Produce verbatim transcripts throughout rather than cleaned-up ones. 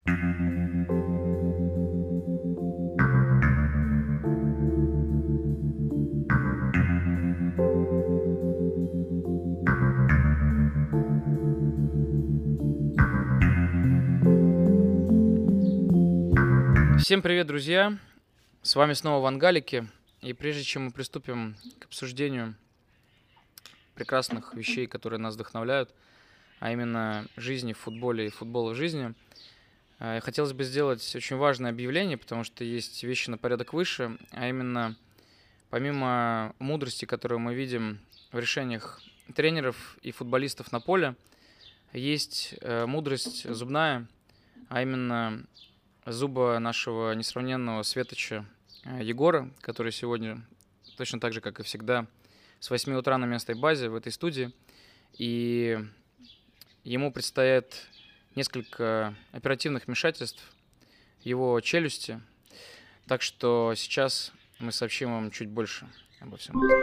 Всем привет, друзья! С вами снова Ван Галики. И прежде чем мы приступим к обсуждению прекрасных вещей, которые нас вдохновляют, а именно жизни в футболе и футбола в жизни, хотелось бы сделать очень важное объявление, потому что есть вещи на порядок выше, а именно помимо мудрости, которую мы видим в решениях тренеров и футболистов на поле, есть мудрость зубная, а именно зуба нашего несравненного светоча Егора, который сегодня, точно так же, как и всегда, с восьми утра на местной базе в этой студии. И ему предстоит несколько оперативных вмешательств его челюсти. Так что сейчас мы сообщим вам чуть больше обо всем этом.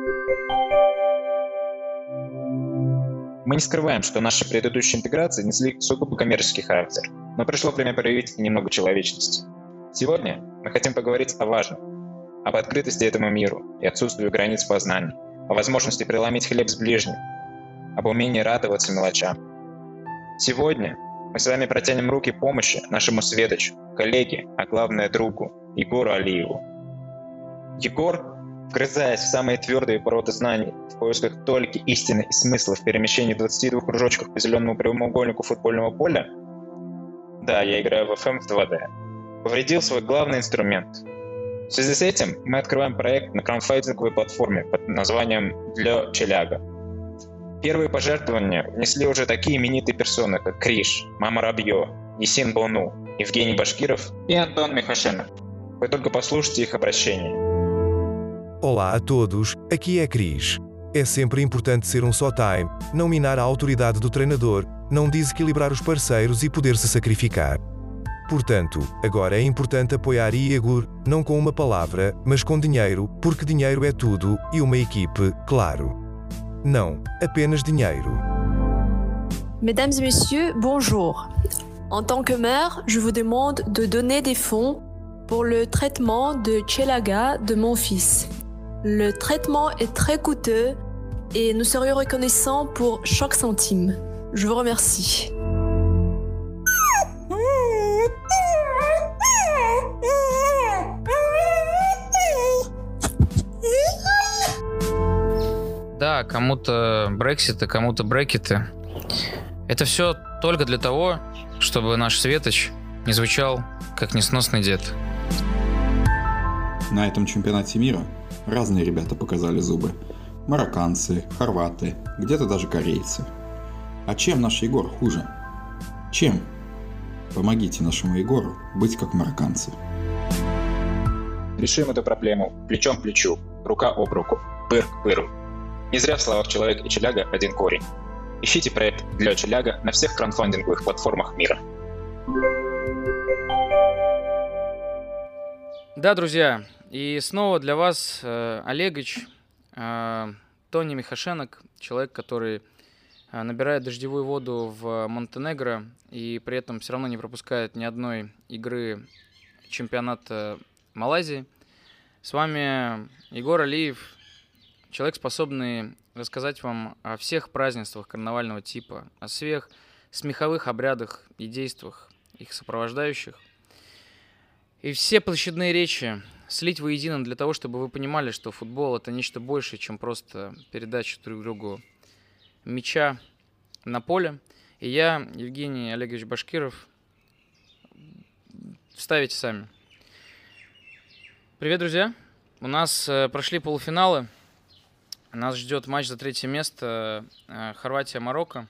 Мы не скрываем, что наши предыдущие интеграции несли сугубо коммерческий характер, но пришло время проявить немного человечности. Сегодня мы хотим поговорить о важном, об открытости этому миру и отсутствии границ познаний, о возможности преломить хлеб с ближним, об умении радоваться мелочам. Сегодня мы с вами протянем руки помощи нашему светочу, коллеге, а главное другу, Егору Алиеву. Егор, вгрызаясь в самые твердые породы знаний, в поисках только истины и смысла в перемещении двадцати двух кружочков по зеленому прямоугольнику футбольного поля, да, я играю в эф эм в два дэ, повредил свой главный инструмент. В связи с этим мы открываем проект на краудфандинговой платформе под названием «Для Челяга». Первые пожертвования внесли уже такие именитые персоны, как Криш, Мама Рабьё, Есин Бону, Евгений Башкиров и Антон Михашенов. Вы только послушайте их обращение. Olá a todos, aqui é Cris. É sempre importante ser um só time, não minar a autoridade do treinador, não desequilibrar os parceiros e poder se sacrificar. Portanto, agora é importante apoiar Igor, não com uma palavra, mas com dinheiro, porque dinheiro é tudo, e uma equipe, claro. Não, apenas dinheiro. Mesdames et messieurs, bonjour. En tant que mère, je vous demande de donner des fonds pour le traitement de Chelaga de mon fils. Le traitement est très coûteux et nous serions reconnaissants pour chaque centime. Je vous remercie. Да, кому-то брекситы, кому-то брекеты. Это все только для того, чтобы наш светоч не звучал как несносный дед. На этом чемпионате мира разные ребята показали зубы. Марокканцы, хорваты, где-то даже корейцы. А чем наш Егор хуже? Чем? Помогите нашему Егору быть как марокканцы. Решим эту проблему плечом к плечу, рука об руку, пыр к пыру. Не зря в словах «человек» и «челяга» один корень. Ищите проект «Для Челяга» на всех краудфандинговых платформах мира. Да, друзья, и снова для вас э, Олегович, э, Тони Михашенок, человек, который э, набирает дождевую воду в Монтенегро и при этом все равно не пропускает ни одной игры чемпионата Малайзии. С вами Егор Алиев, человек, способный рассказать вам о всех празднествах карнавального типа, о всех смеховых обрядах и действиях, их сопровождающих. И все площадные речи слить воедино для того, чтобы вы понимали, что футбол — это нечто большее, чем просто передача друг другу мяча на поле. И я, Евгений Олегович Башкиров, вставите сами. Привет, друзья! У нас прошли полуфиналы. Нас ждет матч за третье место Хорватия-Марокко.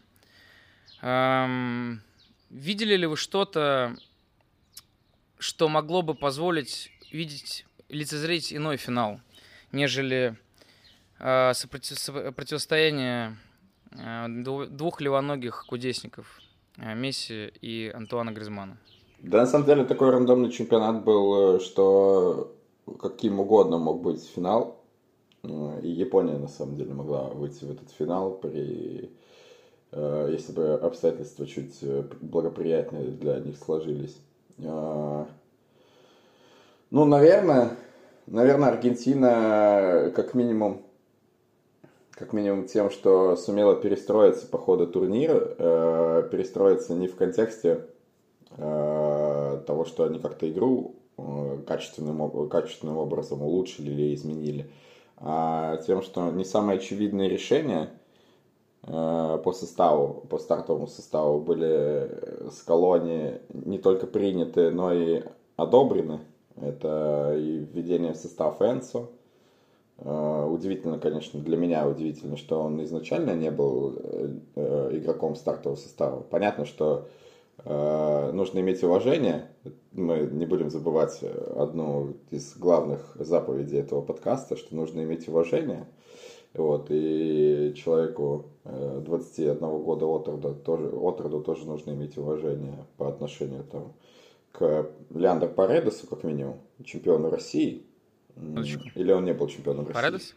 Эм, видели ли вы что-то, что могло бы позволить видеть, лицезреть иной финал, нежели э, сопротив, противостояние э, двух левоногих кудесников э, Месси и Антуана Гризманна? Да, на самом деле такой рандомный чемпионат был, что каким угодно мог быть финал. И Япония, на самом деле, могла выйти в этот финал при если бы обстоятельства чуть благоприятнее для них сложились. Ну, наверное, наверное, Аргентина как минимум, как минимум тем, что сумела перестроиться по ходу турнира, перестроиться не в контексте того, что они как-то игру качественным, качественным образом улучшили или изменили, а тем, что не самые очевидные решения по составу, по стартовому составу были с Скалони не только приняты, но и одобрены. Это и введение в состав Энцо. Удивительно, конечно, для меня удивительно, что он изначально не был игроком стартового состава. Понятно, что нужно иметь уважение. Мы не будем забывать одну из главных заповедей этого подкаста, что нужно иметь уважение. Вот, и человеку двадцати одного года от роду тоже, от роду тоже нужно иметь уважение по отношению там, к Леандро Паредесу, как минимум, чемпиону России. Или он не был чемпионом России? Паредес?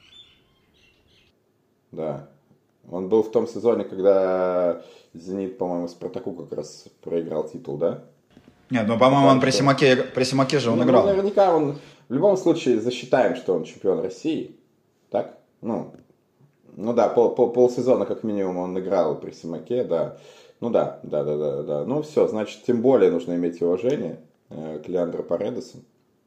Да. Он был в том сезоне, когда «Зенит», по-моему, «Спартаку» как раз проиграл титул, да? Нет, ну, по-моему, он при Симаке, при Симаке же он ну, играл. Наверняка он... В любом случае засчитаем, что он чемпион России. Так? Ну, ну да, пол, пол, полсезона как минимум он играл при Симаке, да. Ну да, да, да, да, да. Ну все, значит, тем более нужно иметь уважение э, к Леандро Паредесу.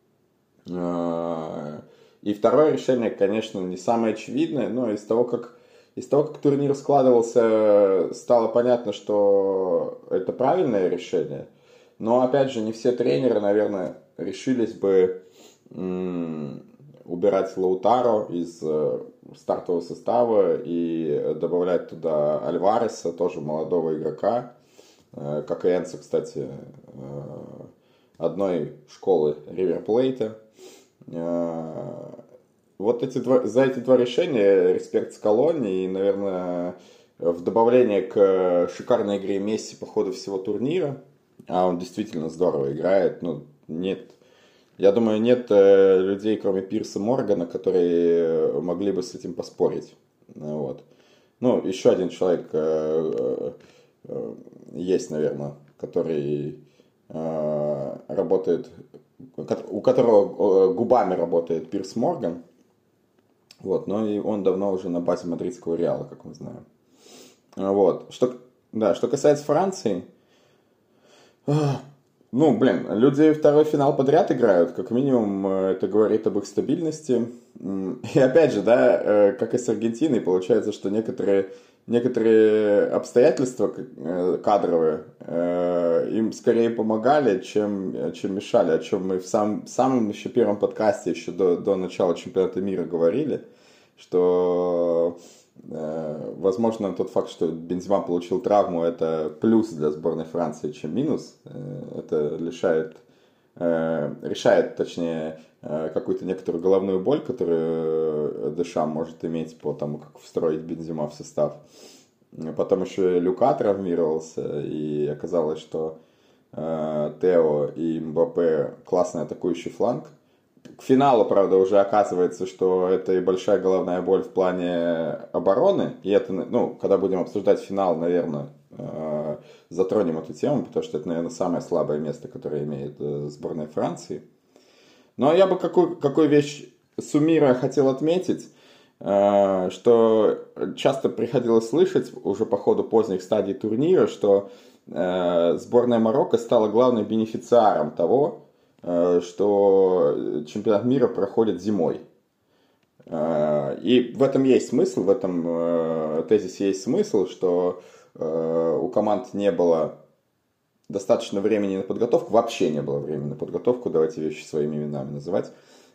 Э, и второе решение, конечно, не самое очевидное, но из того, как Из того, как турнир складывался, стало понятно, что это правильное решение. Но, опять же, не все тренеры, наверное, решились бы м- убирать Лаутаро из э, стартового состава и добавлять туда Альвареса, тоже молодого игрока. Э, как и Энцо, кстати, э, одной школы Ривер Плейта. Э, Вот эти два, за эти два решения респект Скалони и, наверное, в добавление к шикарной игре Месси по ходу всего турнира, а он действительно здорово играет, ну, нет, я думаю, нет людей, кроме Пирса Моргана, которые могли бы с этим поспорить. Вот. Ну, еще один человек есть, наверное, который работает, у которого губами работает Пирс Морган. Вот, но и он давно уже на базе мадридского Реала, как мы знаем. Вот. Что, да, что касается Франции, ну, блин, люди второй финал подряд играют, как минимум это говорит об их стабильности. И опять же, да, как и с Аргентиной, получается, что некоторые, некоторые обстоятельства кадровые им скорее помогали, чем, чем мешали, о чем мы в сам, самом еще первом подкасте, еще до, до начала чемпионата мира говорили, что, э, возможно, тот факт, что Бензема получил травму, это плюс для сборной Франции, чем минус. Э, это лишает, э, решает, точнее, э, какую-то некоторую головную боль, которую Дешам может иметь по тому, как встроить Бензема в состав. Потом еще Люка травмировался, и оказалось, что э, Тео и Мбаппе классный атакующий фланг. К финалу, правда, уже оказывается, что это и большая головная боль в плане обороны. И это, ну, когда будем обсуждать финал, наверное, э, затронем эту тему, потому что это, наверное, самое слабое место, которое имеет э, сборная Франции. Но я бы какую, какую вещь суммируя хотел отметить, что часто приходилось слышать уже по ходу поздних стадий турнира, что сборная Марокко стала главным бенефициаром того, что чемпионат мира проходит зимой. И в этом есть смысл, в этом тезисе есть смысл, что у команд не было достаточно времени на подготовку, вообще не было времени на подготовку, давайте вещи своими именами называть.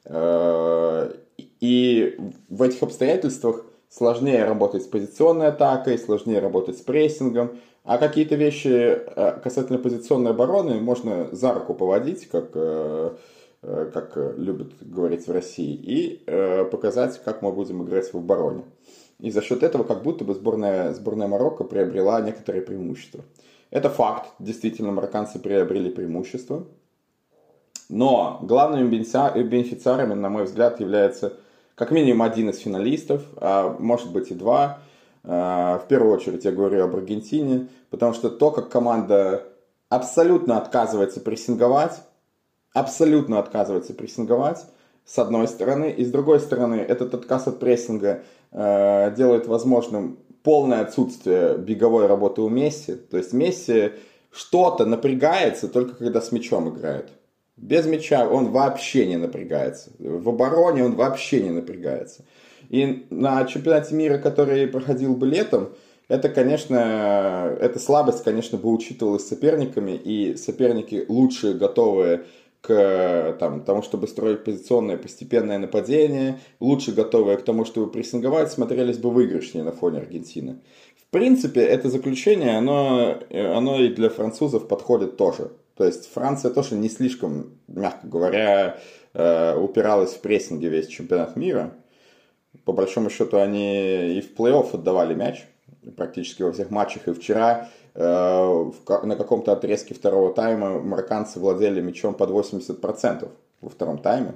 И в этих обстоятельствах сложнее работать с позиционной атакой, сложнее работать с прессингом, а какие-то вещи касательно позиционной обороны можно за руку поводить, как, как любят говорить в России, и показать, как мы будем играть в обороне. И за счет этого как будто бы сборная, сборная Марокко приобрела некоторые преимущества. Это факт, действительно, марокканцы приобрели преимущество. Но главными бенефициарами, на мой взгляд, является как минимум один из финалистов, а может быть и два. В первую очередь я говорю об Аргентине, потому что то, как команда абсолютно отказывается прессинговать, абсолютно отказывается прессинговать, с одной стороны, и с другой стороны, этот отказ от прессинга э, делает возможным полное отсутствие беговой работы у Месси. То есть Месси что-то напрягается только когда с мячом играет. Без мяча он вообще не напрягается. В обороне он вообще не напрягается. И на чемпионате мира, который проходил бы летом, это, конечно, эта слабость, конечно, бы учитывалась соперниками, и соперники лучшие, готовые к там, тому, чтобы строить позиционное постепенное нападение, лучше готовые к тому, чтобы прессинговать, смотрелись бы выигрышнее на фоне Аргентины. В принципе, это заключение, оно, оно и для французов подходит тоже. То есть Франция тоже не слишком, мягко говоря, упиралась в прессинге весь чемпионат мира. По большому счету они и в плей-офф отдавали мяч практически во всех матчах. И вчера э, в, на каком-то отрезке второго тайма марокканцы владели мячом под восемьдесят процентов во втором тайме.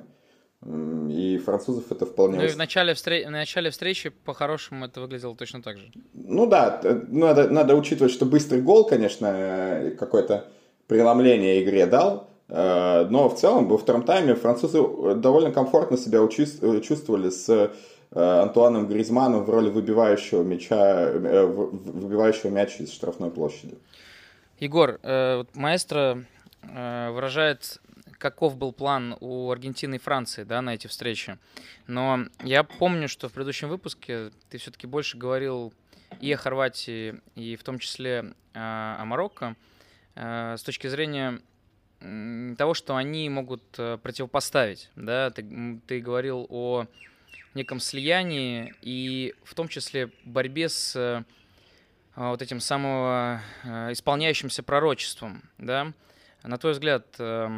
И французов это вполне... Ну и в начале, встр... в начале встречи по-хорошему это выглядело точно так же. Ну да, надо, надо учитывать, что быстрый гол, конечно, какое-то преломление игре дал. Но в целом во втором тайме французы довольно комфортно себя чувствовали с Антуаном Гризманом в роли выбивающего мяча, выбивающего мяч из штрафной площади. Егор, э, маэстро э, выражает, каков был план у Аргентины и Франции, да, на эти встречи. Но я помню, что в предыдущем выпуске ты все-таки больше говорил и о Хорватии, и в том числе э, о Марокко, э, с точки зрения того, что они могут противопоставить. Да? Ты, ты говорил о неком слиянии и в том числе борьбе с вот этим самым исполняющимся пророчеством. Да? На твой взгляд,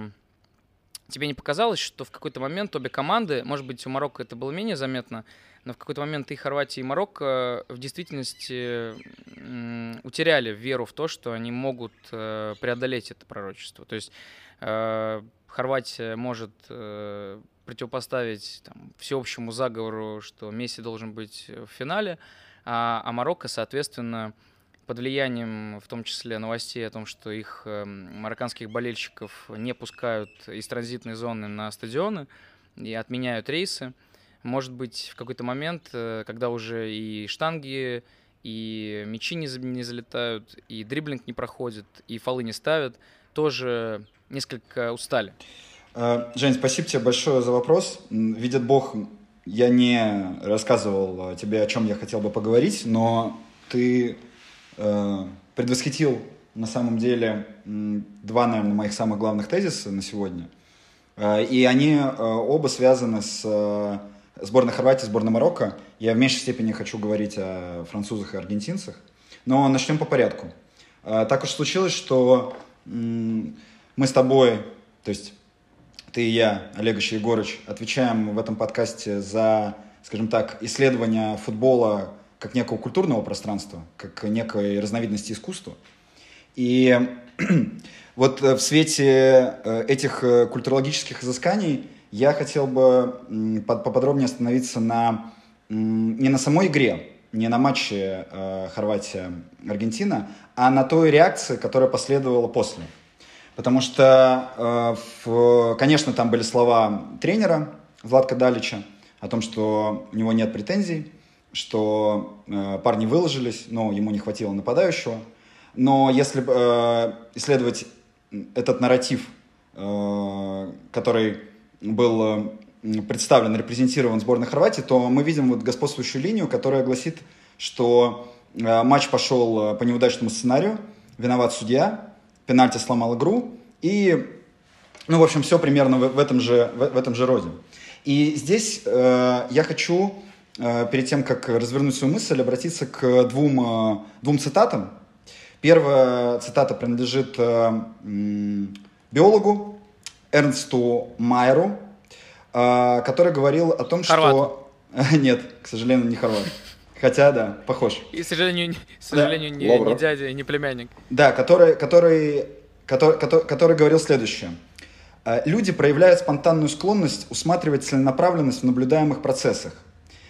тебе не показалось, что в какой-то момент обе команды, может быть, у Марокко это было менее заметно, но в какой-то момент и Хорватия, и Марокко в действительности утеряли веру в то, что они могут преодолеть это пророчество. То есть Хорватия может противопоставить там, всеобщему заговору, что Месси должен быть в финале, а, а Марокко, соответственно, под влиянием, в том числе, новостей о том, что их э, марокканских болельщиков не пускают из транзитной зоны на стадионы и отменяют рейсы, может быть, в какой-то момент, э, когда уже и штанги, и мячи не, не залетают, и дриблинг не проходит, и фолы не ставят, тоже несколько устали. Жень, спасибо тебе большое за вопрос. Видит Бог, я не рассказывал тебе, о чем я хотел бы поговорить, но ты э, предвосхитил на самом деле два, наверное, моих самых главных тезиса на сегодня. Э, и они э, оба связаны с э, сборной Хорватии, сборной Марокко. Я в меньшей степени хочу говорить о французах и аргентинцах. Но начнем по порядку. Э, так уж случилось, что э, мы с тобой, то есть ты и я, Олег Егорыч, отвечаем в этом подкасте за, скажем так, исследование футбола как некого культурного пространства, как некой разновидности искусства. И вот в свете этих культурологических изысканий я хотел бы поподробнее остановиться на, не на самой игре, не на матче Хорватия-Аргентина, а на той реакции, которая последовала после. Потому что, конечно, там были слова тренера Владка Далича о том, что у него нет претензий, что парни выложились, но ему не хватило нападающего. Но если исследовать этот нарратив, который был представлен, репрезентирован сборной Хорватии, то мы видим вот господствующую линию, которая гласит, что матч пошел по неудачному сценарию, виноват судья, пенальти сломал игру, и, ну, в общем, все примерно в, в, этом, же, в, в этом же роде. И здесь э, я хочу, э, перед тем, как развернуть свою мысль, обратиться к двум, э, двум цитатам. Первая цитата принадлежит э, э, биологу Эрнсту Майеру, э, который говорил о том, хорват. Что... Нет, к сожалению, не хорват. Хотя, да, похож. И, к сожалению, к сожалению да. не, не дядя, не племянник. Да, который, который, который, который, который говорил следующее. Люди проявляют спонтанную склонность усматривать целенаправленность в наблюдаемых процессах.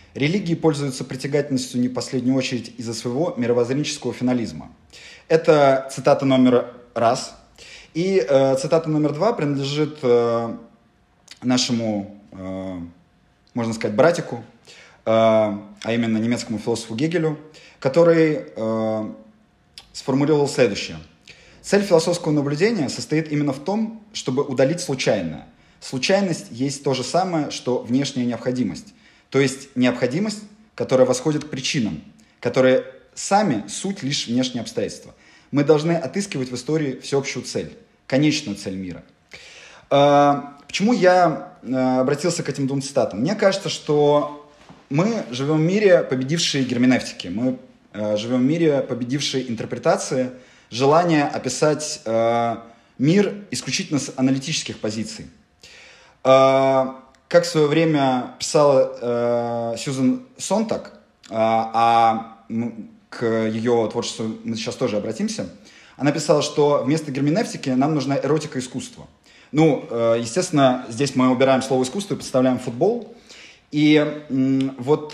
Религии пользуются притягательностью не в последнюю очередь из-за своего мировоззренческого финализма. Это цитата номер раз. И э, цитата номер два принадлежит э, нашему, э, можно сказать, братику, э, а именно немецкому философу Гегелю, который э, сформулировал следующее. Цель философского наблюдения состоит именно в том, чтобы удалить случайное. Случайность есть то же самое, что внешняя необходимость. То есть необходимость, которая восходит к причинам, которые сами суть лишь внешние обстоятельства. Мы должны отыскивать в истории всеобщую цель, конечную цель мира. Почему я обратился к этим двум цитатам? Мне кажется, что мы живем в мире, победившей герменевтики. Мы живем в мире, победившей интерпретации, желание описать мир исключительно с аналитических позиций. Как в свое время писала Сьюзен Сонтаг, а к ее творчеству мы сейчас тоже обратимся, она писала, что вместо герменевтики нам нужна эротика искусства. Ну, естественно, здесь мы убираем слово искусство и представляем футбол. И вот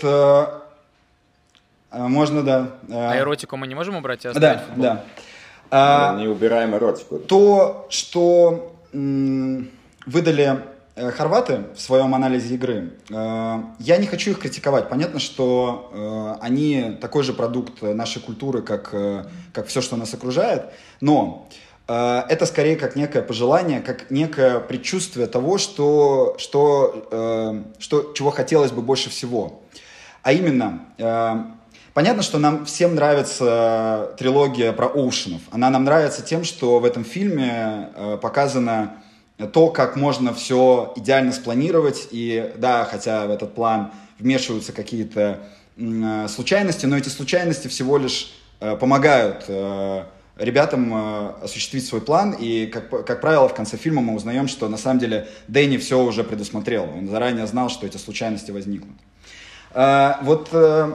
можно, да... А эротику мы не можем убрать и оставить да, футбол? Да, да. Не убираем эротику. То, что выдали хорваты в своем анализе игры, я не хочу их критиковать. Понятно, что они такой же продукт нашей культуры, как, как все, что нас окружает, но это скорее как некое пожелание, как некое предчувствие того, что, что, что, чего хотелось бы больше всего. А именно, понятно, что нам всем нравится трилогия про Оушенов. Она нам нравится тем, что в этом фильме показано то, как можно все идеально спланировать. И да, хотя в этот план вмешиваются какие-то случайности, но эти случайности всего лишь помогают ребятам осуществить свой план. И, как, как правило, в конце фильма мы узнаем, что на самом деле Дэнни все уже предусмотрел. Он заранее знал, что эти случайности возникнут. Вот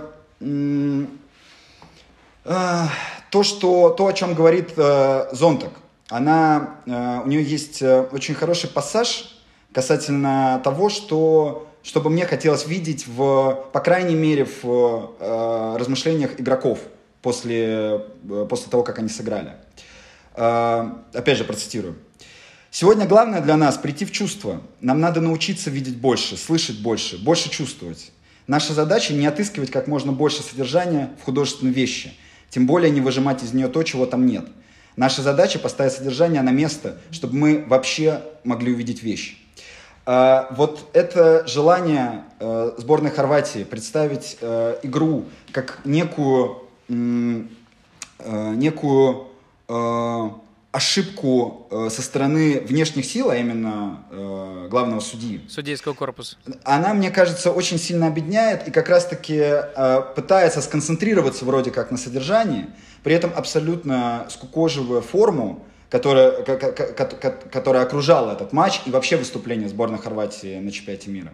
то, что, то, о чем говорит Зонтаг, она, у нее есть очень хороший пассаж касательно того, что, что бы мне хотелось видеть, в, по крайней мере, в э, размышлениях игроков после, после того, как они сыграли. Э, опять же, процитирую. «Сегодня главное для нас прийти в чувство. Нам надо научиться видеть больше, слышать больше, больше чувствовать. Наша задача не отыскивать как можно больше содержания в художественной вещи, тем более не выжимать из нее то, чего там нет. Наша задача поставить содержание на место, чтобы мы вообще могли увидеть вещи». А, вот это желание э, сборной Хорватии представить э, игру как некую, э, некую э, ошибку э, со стороны внешних сил, а именно э, главного судьи. Судейского корпуса. Она, мне кажется, очень сильно объединяет и как раз-таки э, пытается сконцентрироваться вроде как на содержании, при этом абсолютно скукоживая форму, которая, которая окружала этот матч и вообще выступление сборной Хорватии на чемпионате мира.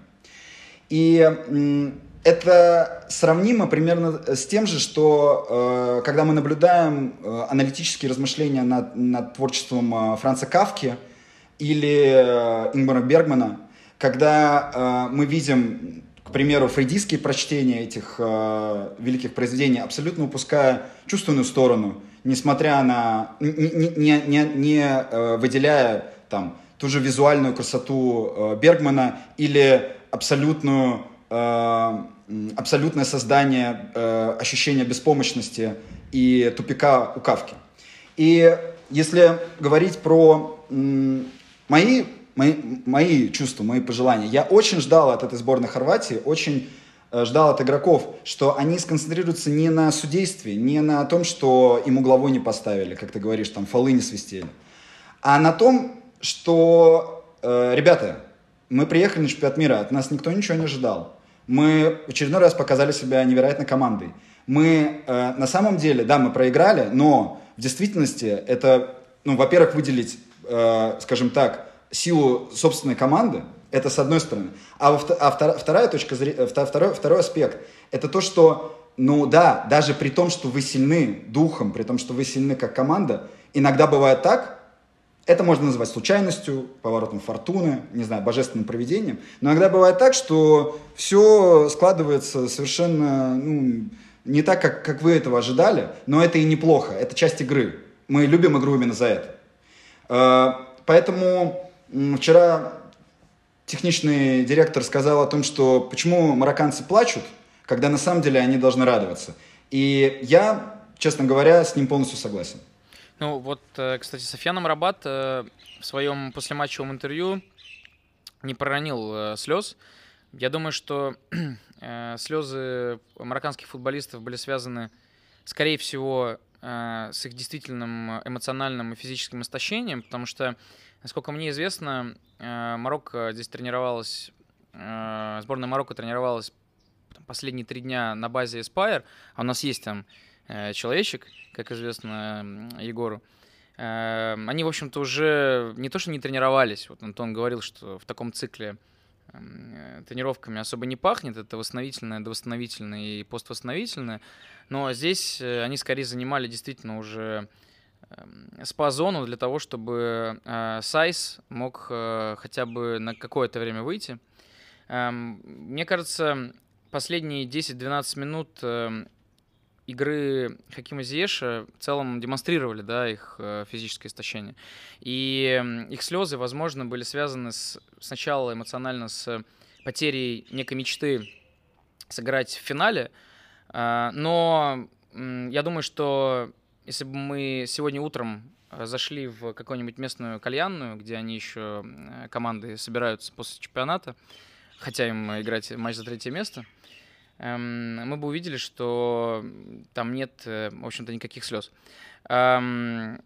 И это сравнимо примерно с тем же, что когда мы наблюдаем аналитические размышления над, над творчеством Франца Кафки или Ингмара Бергмана, когда мы видим, к примеру, фрейдистские прочтения этих э, великих произведений, абсолютно упуская чувственную сторону, несмотря на, не, не, не, не э, выделяя там, ту же визуальную красоту э, Бергмана или абсолютную, э, абсолютное создание э, ощущения беспомощности и тупика у Кафки. И если говорить про м, мои Мои, мои чувства, мои пожелания. Я очень ждал от этой сборной Хорватии, очень э, ждал от игроков, что они сконцентрируются не на судействе, не на том, что им угловой не поставили, как ты говоришь, там фолы не свистели, а на том, что, э, ребята, мы приехали на чемпионат мира, от нас никто ничего не ожидал. Мы в очередной раз показали себя невероятной командой. Мы э, на самом деле, да, мы проиграли, но в действительности это, ну, во-первых, выделить, э, скажем так, силу собственной команды, это с одной стороны. А, во, а втор, вторая точка зрения, второй, второй аспект, это то, что, ну да, даже при том, что вы сильны духом, при том, что вы сильны как команда, иногда бывает так, Это можно назвать случайностью, поворотом фортуны, не знаю, божественным провидением. Но иногда бывает так, что все складывается совершенно ну, не так, как, как вы этого ожидали, но это и неплохо, это часть игры. Мы любим игру именно за это. Поэтому вчера техничный директор сказал о том, что почему марокканцы плачут, когда на самом деле они должны радоваться. И я, честно говоря, с ним полностью согласен. Ну вот, кстати, Софьян Амрабат в своем послематчевом интервью не проронил слез. Я думаю, что слезы марокканских футболистов были связаны, скорее всего, с их действительным эмоциональным и физическим истощением, потому что, насколько мне известно, Марокко здесь тренировалась, сборная Марокко тренировалась последние три дня на базе Aspire, а у нас есть там человечек, как известно Егору. Они, в общем-то, уже не то, что не тренировались. Вот Антон говорил, что в таком цикле тренировками особо не пахнет. Это восстановительное, довосстановительное и поствосстановительное. Но здесь они скорее занимали действительно уже спа-зону для того, чтобы Сайс мог хотя бы на какое-то время выйти. Мне кажется, последние десять-двенадцать минут игры Хакима Зиеша в целом демонстрировали, да, их физическое истощение. И их слезы, возможно, были связаны с, сначала эмоционально с потерей некой мечты сыграть в финале. Но я думаю, что если бы мы сегодня утром зашли в какую-нибудь местную кальянную, где они еще, команды, собираются после чемпионата, хотя им играть матч за третье место, мы бы увидели, что там нет, в общем-то, никаких слез. Антон,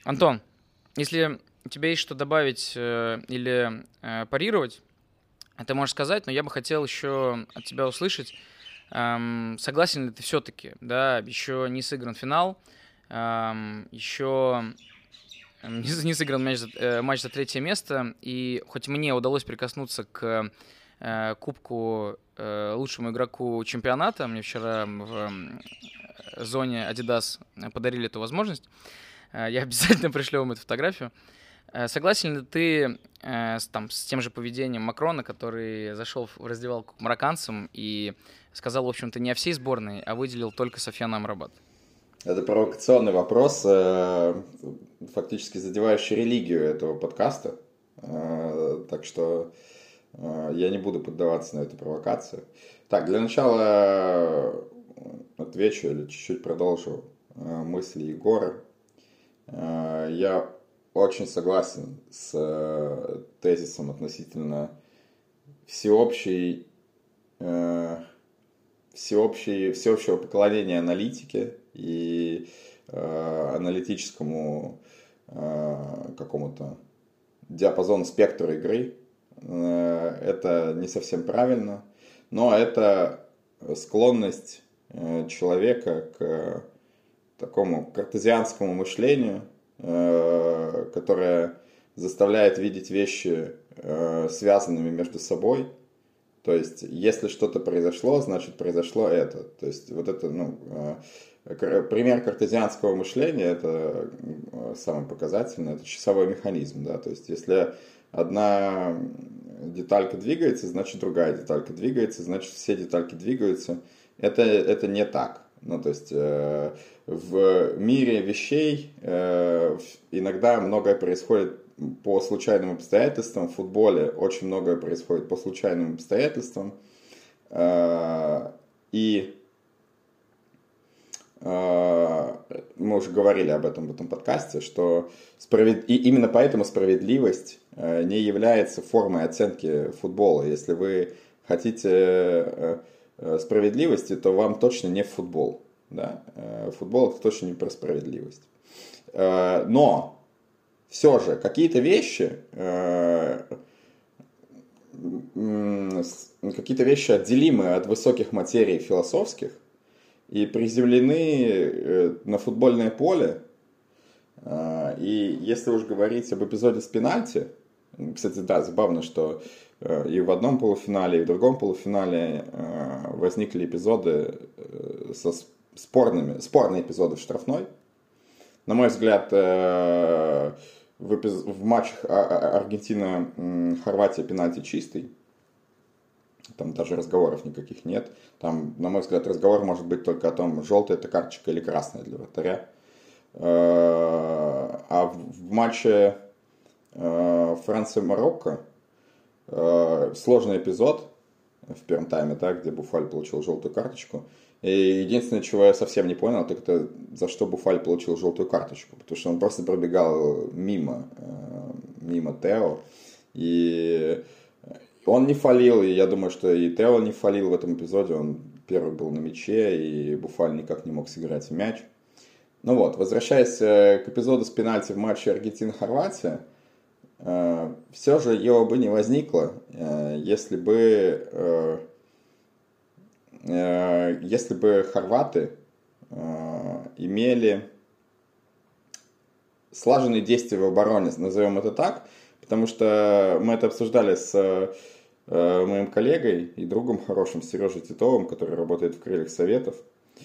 если у тебя есть что добавить или парировать, ты можешь сказать, но я бы хотел еще от тебя услышать, согласен ли ты все-таки, да, еще не сыгран финал, еще не сыгран матч за, матч за третье место, и хоть мне удалось прикоснуться к кубку лучшему игроку чемпионата. Мне вчера в зоне Adidas подарили эту возможность. Я обязательно пришлю вам эту фотографию. Согласен ли ты с, там, с тем же поведением Макрона, который зашел в раздевалку к марокканцам и сказал, в общем-то, не о всей сборной, а выделил только Софьяна Амрабат? Это провокационный вопрос, фактически задевающий религию этого подкаста. Так что я не буду поддаваться на эту провокацию. Так, для начала отвечу или чуть-чуть продолжу мысли Егора. Я очень согласен с тезисом относительно всеобщей, всеобщей, всеобщего поклонения аналитике и аналитическому какому-то диапазону спектра игры. Это не совсем правильно, но это склонность человека к такому картезианскому мышлению, которое заставляет видеть вещи связанными между собой. То есть, если что-то произошло, значит произошло это. То есть, вот это, ну, пример картезианского мышления, это самый показательный, это часовой механизм, да, то есть, если одна деталька двигается, значит другая деталька двигается, значит все детальки двигаются. Это, это не так. Ну, то есть э, в мире вещей э, иногда многое происходит по случайным обстоятельствам. В футболе очень многое происходит по случайным обстоятельствам. Э, и э, мы уже говорили об этом в этом подкасте, что справед... и именно поэтому справедливость не является формой оценки футбола. Если вы хотите справедливости, то вам точно не в футбол. Да? Футбол — это точно не про справедливость. Но все же какие-то вещи, какие-то вещи отделимы от высоких материй философских и приземлены на футбольное поле. И если уж говорить об эпизоде с пенальти, кстати, да, забавно, что и в одном полуфинале, и в другом полуфинале возникли эпизоды со спорными, спорные эпизоды в штрафной. На мой взгляд, в, эпиз... в матчах Аргентина-Хорватия пенальти чистый. Там даже разговоров никаких нет. Там, на мой взгляд, разговор может быть только о том, желтая это карточка или красная для вратаря. А в матче Франция-Марокко сложный эпизод в первом тайме, да, где Буфаль получил желтую карточку. И единственное, чего я совсем не понял, так это за что Буфаль получил желтую карточку. Потому что он просто пробегал мимо, мимо Тео. И он не фалил, и я думаю, что и Тео не фалил в этом эпизоде. Он первый был на мяче, и Буфаль никак не мог сыграть в мяч. Ну вот, возвращаясь к эпизоду с пенальти в матче Аргентина-Хорватия, все же его бы не возникло, если бы, если бы хорваты имели слаженные действия в обороне, назовем это так, потому что мы это обсуждали с моим коллегой и другом хорошим Сережей Титовым, который работает в «Крыльях Советов»,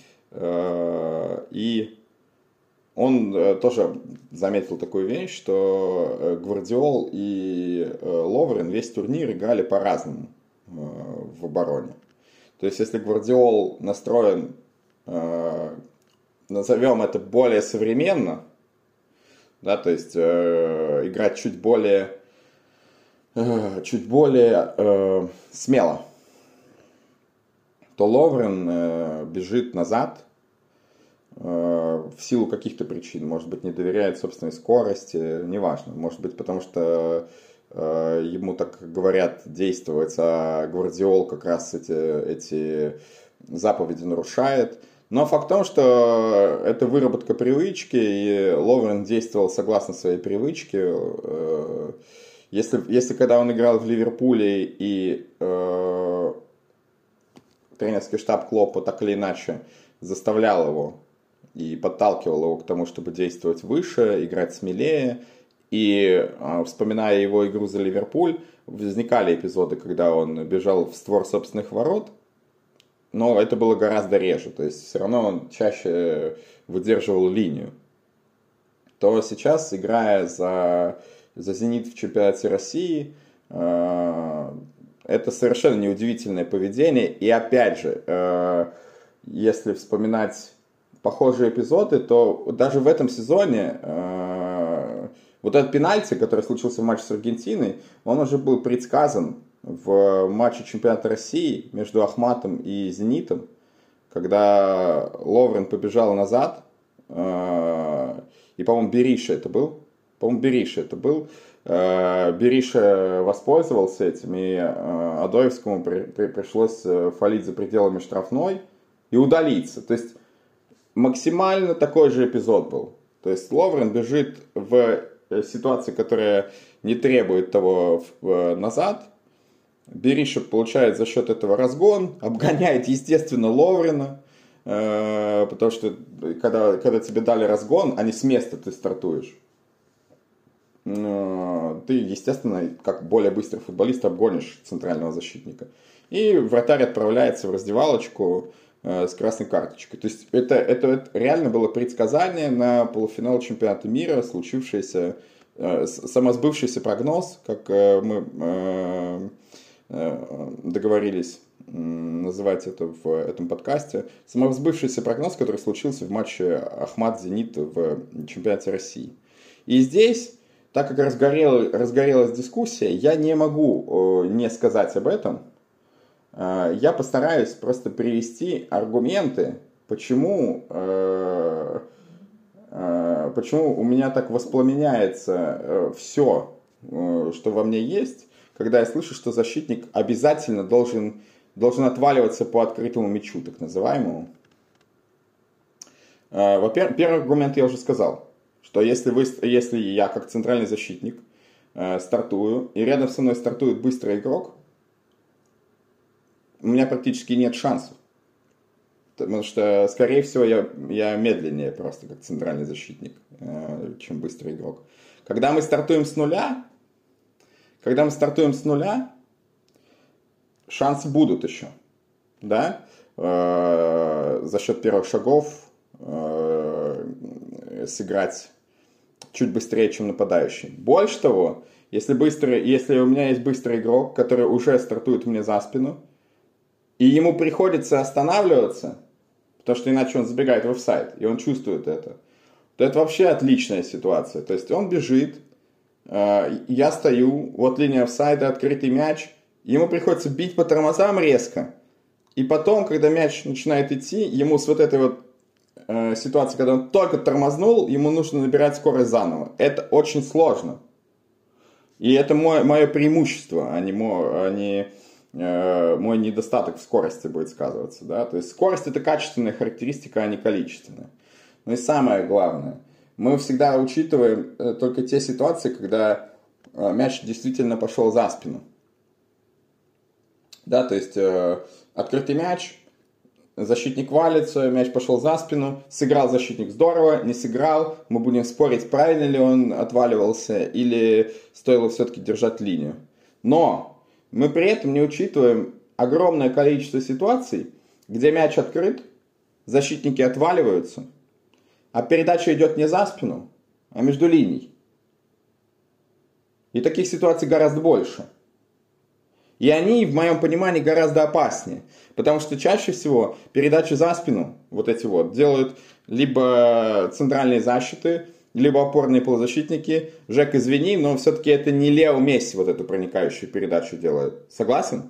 и он тоже заметил такую вещь, что Гвардиол и Ловрен весь турнир играли по-разному в обороне. То есть, если Гвардиол настроен, назовем это более современно, да, то есть играть чуть более, чуть более смело, то Ловрен бежит назад, в силу каких-то причин, может быть, не доверяет собственной скорости, неважно, может быть, потому что э, ему так говорят действовать, а Гвардиол как раз эти, эти заповеди нарушает. Но факт в том, что это выработка привычки, и Ловрен действовал согласно своей привычке. Э, если, если когда он играл в Ливерпуле и э, тренерский штаб Клоппа так или иначе заставлял его и подталкивал его к тому, чтобы действовать выше, играть смелее. И вспоминая его игру за Ливерпуль, возникали эпизоды, когда он бежал в створ собственных ворот, но это было гораздо реже. То есть все равно он чаще выдерживал линию. То сейчас, играя за, за «Зенит» в чемпионате России, это совершенно неудивительное поведение. И опять же, если вспоминать похожие эпизоды, то даже в этом сезоне э, вот этот пенальти, который случился в матче с Аргентиной, он уже был предсказан в матче чемпионата России между Ахматом и Зенитом, когда Ловрен побежал назад, э, и, по-моему, Бериша это был, по-моему, Бериша это был, э, Бериша воспользовался этим, и э, Адоевскому при, при, пришлось фалить за пределами штрафной и удалиться. То есть максимально такой же эпизод был. То есть Ловрен бежит в ситуации, которая не требует того назад. Бериша получает за счет этого разгон, обгоняет, естественно, Ловрена, потому что когда, когда тебе дали разгон, а не с места ты стартуешь, ты, естественно, как более быстрый футболист обгонишь центрального защитника. И вратарь отправляется в раздевалочку с красной карточкой. То есть это, это, это реально было предсказание на полуфинал чемпионата мира, случившееся, э, самосбывшийся прогноз, как э, мы э, э, договорились э, называть это в этом подкасте, самосбывшийся прогноз, который случился в матче Ахмат-Зенит в чемпионате России. И здесь, так как разгорел, разгорелась дискуссия, я не могу э, не сказать об этом. Я постараюсь просто привести аргументы, почему, э, э, почему у меня так воспламеняется э, все, э, что во мне есть, когда я слышу, что защитник обязательно должен, должен отваливаться по открытому мячу, так называемому. Э, во-первых, первый аргумент я уже сказал, что если, вы, если я как центральный защитник э, стартую, и рядом со мной стартует быстрый игрок, у меня практически нет шансов. Потому что, скорее всего, я, я медленнее просто, как центральный защитник, э, чем быстрый игрок. Когда мы стартуем с нуля, когда мы стартуем с нуля, шансы будут еще. Да? Э, за счет первых шагов э, сыграть чуть быстрее, чем нападающий. Больше того, если, быстрый, если у меня есть быстрый игрок, который уже стартует мне за спину, и ему приходится останавливаться, потому что иначе он забегает в офсайд, и он чувствует это, то это вообще отличная ситуация. То есть он бежит, я стою, вот линия офсайда, открытый мяч, ему приходится бить по тормозам резко, и потом, когда мяч начинает идти, ему с вот этой вот э, ситуации, когда он только тормознул, ему нужно набирать скорость заново. Это очень сложно. И это мое, мое преимущество, а не, мой, а не э, мой недостаток в скорости будет сказываться. Да? То есть скорость это качественная характеристика, а не количественная. Ну и самое главное, мы всегда учитываем э, только те ситуации, когда э, мяч действительно пошел за спину. Да, то есть э, открытый мяч, защитник валится, мяч пошел за спину, сыграл защитник здорово, не сыграл, мы будем спорить, правильно ли он отваливался или стоило все-таки держать линию. Но мы при этом не учитываем огромное количество ситуаций, где мяч открыт, защитники отваливаются, а передача идет не за спину, а между линий. И таких ситуаций гораздо больше. И они, в моем понимании, гораздо опаснее. Потому что чаще всего передачи за спину, вот эти вот, делают либо центральные защиты, либо опорные полузащитники. Жек, извини, но все-таки это не Лео Месси вот эту проникающую передачу делает. Согласен?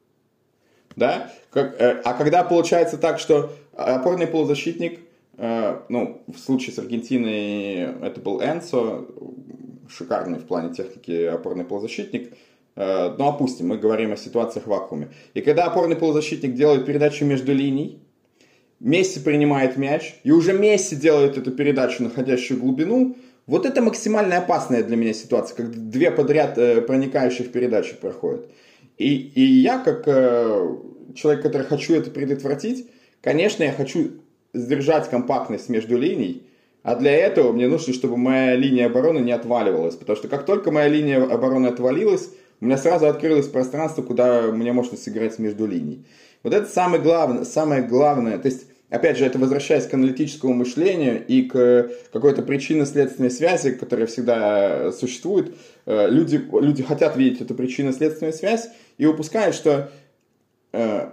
Да? Как, э, а когда получается так, что опорный полузащитник, э, ну, в случае с Аргентиной это был Энцо, шикарный в плане техники опорный полузащитник. Ну, опустим, мы говорим о ситуациях в вакууме. И когда опорный полузащитник делает передачу между линий, Месси принимает мяч, и уже Месси делает эту передачу, находящую глубину, вот это максимально опасная для меня ситуация, когда две подряд проникающих передачи проходят. И, и я, как человек, который хочу это предотвратить, конечно, я хочу сдержать компактность между линий, а для этого мне нужно, чтобы моя линия обороны не отваливалась, потому что как только моя линия обороны отвалилась, у меня сразу открылось пространство, куда мне можно сыграть между линий. Вот это самое главное, самое главное. То есть, опять же, это возвращаясь к аналитическому мышлению и к какой-то причинно-следственной связи, которая всегда существует. Люди, люди хотят видеть эту причинно-следственную связь и упускают, что э,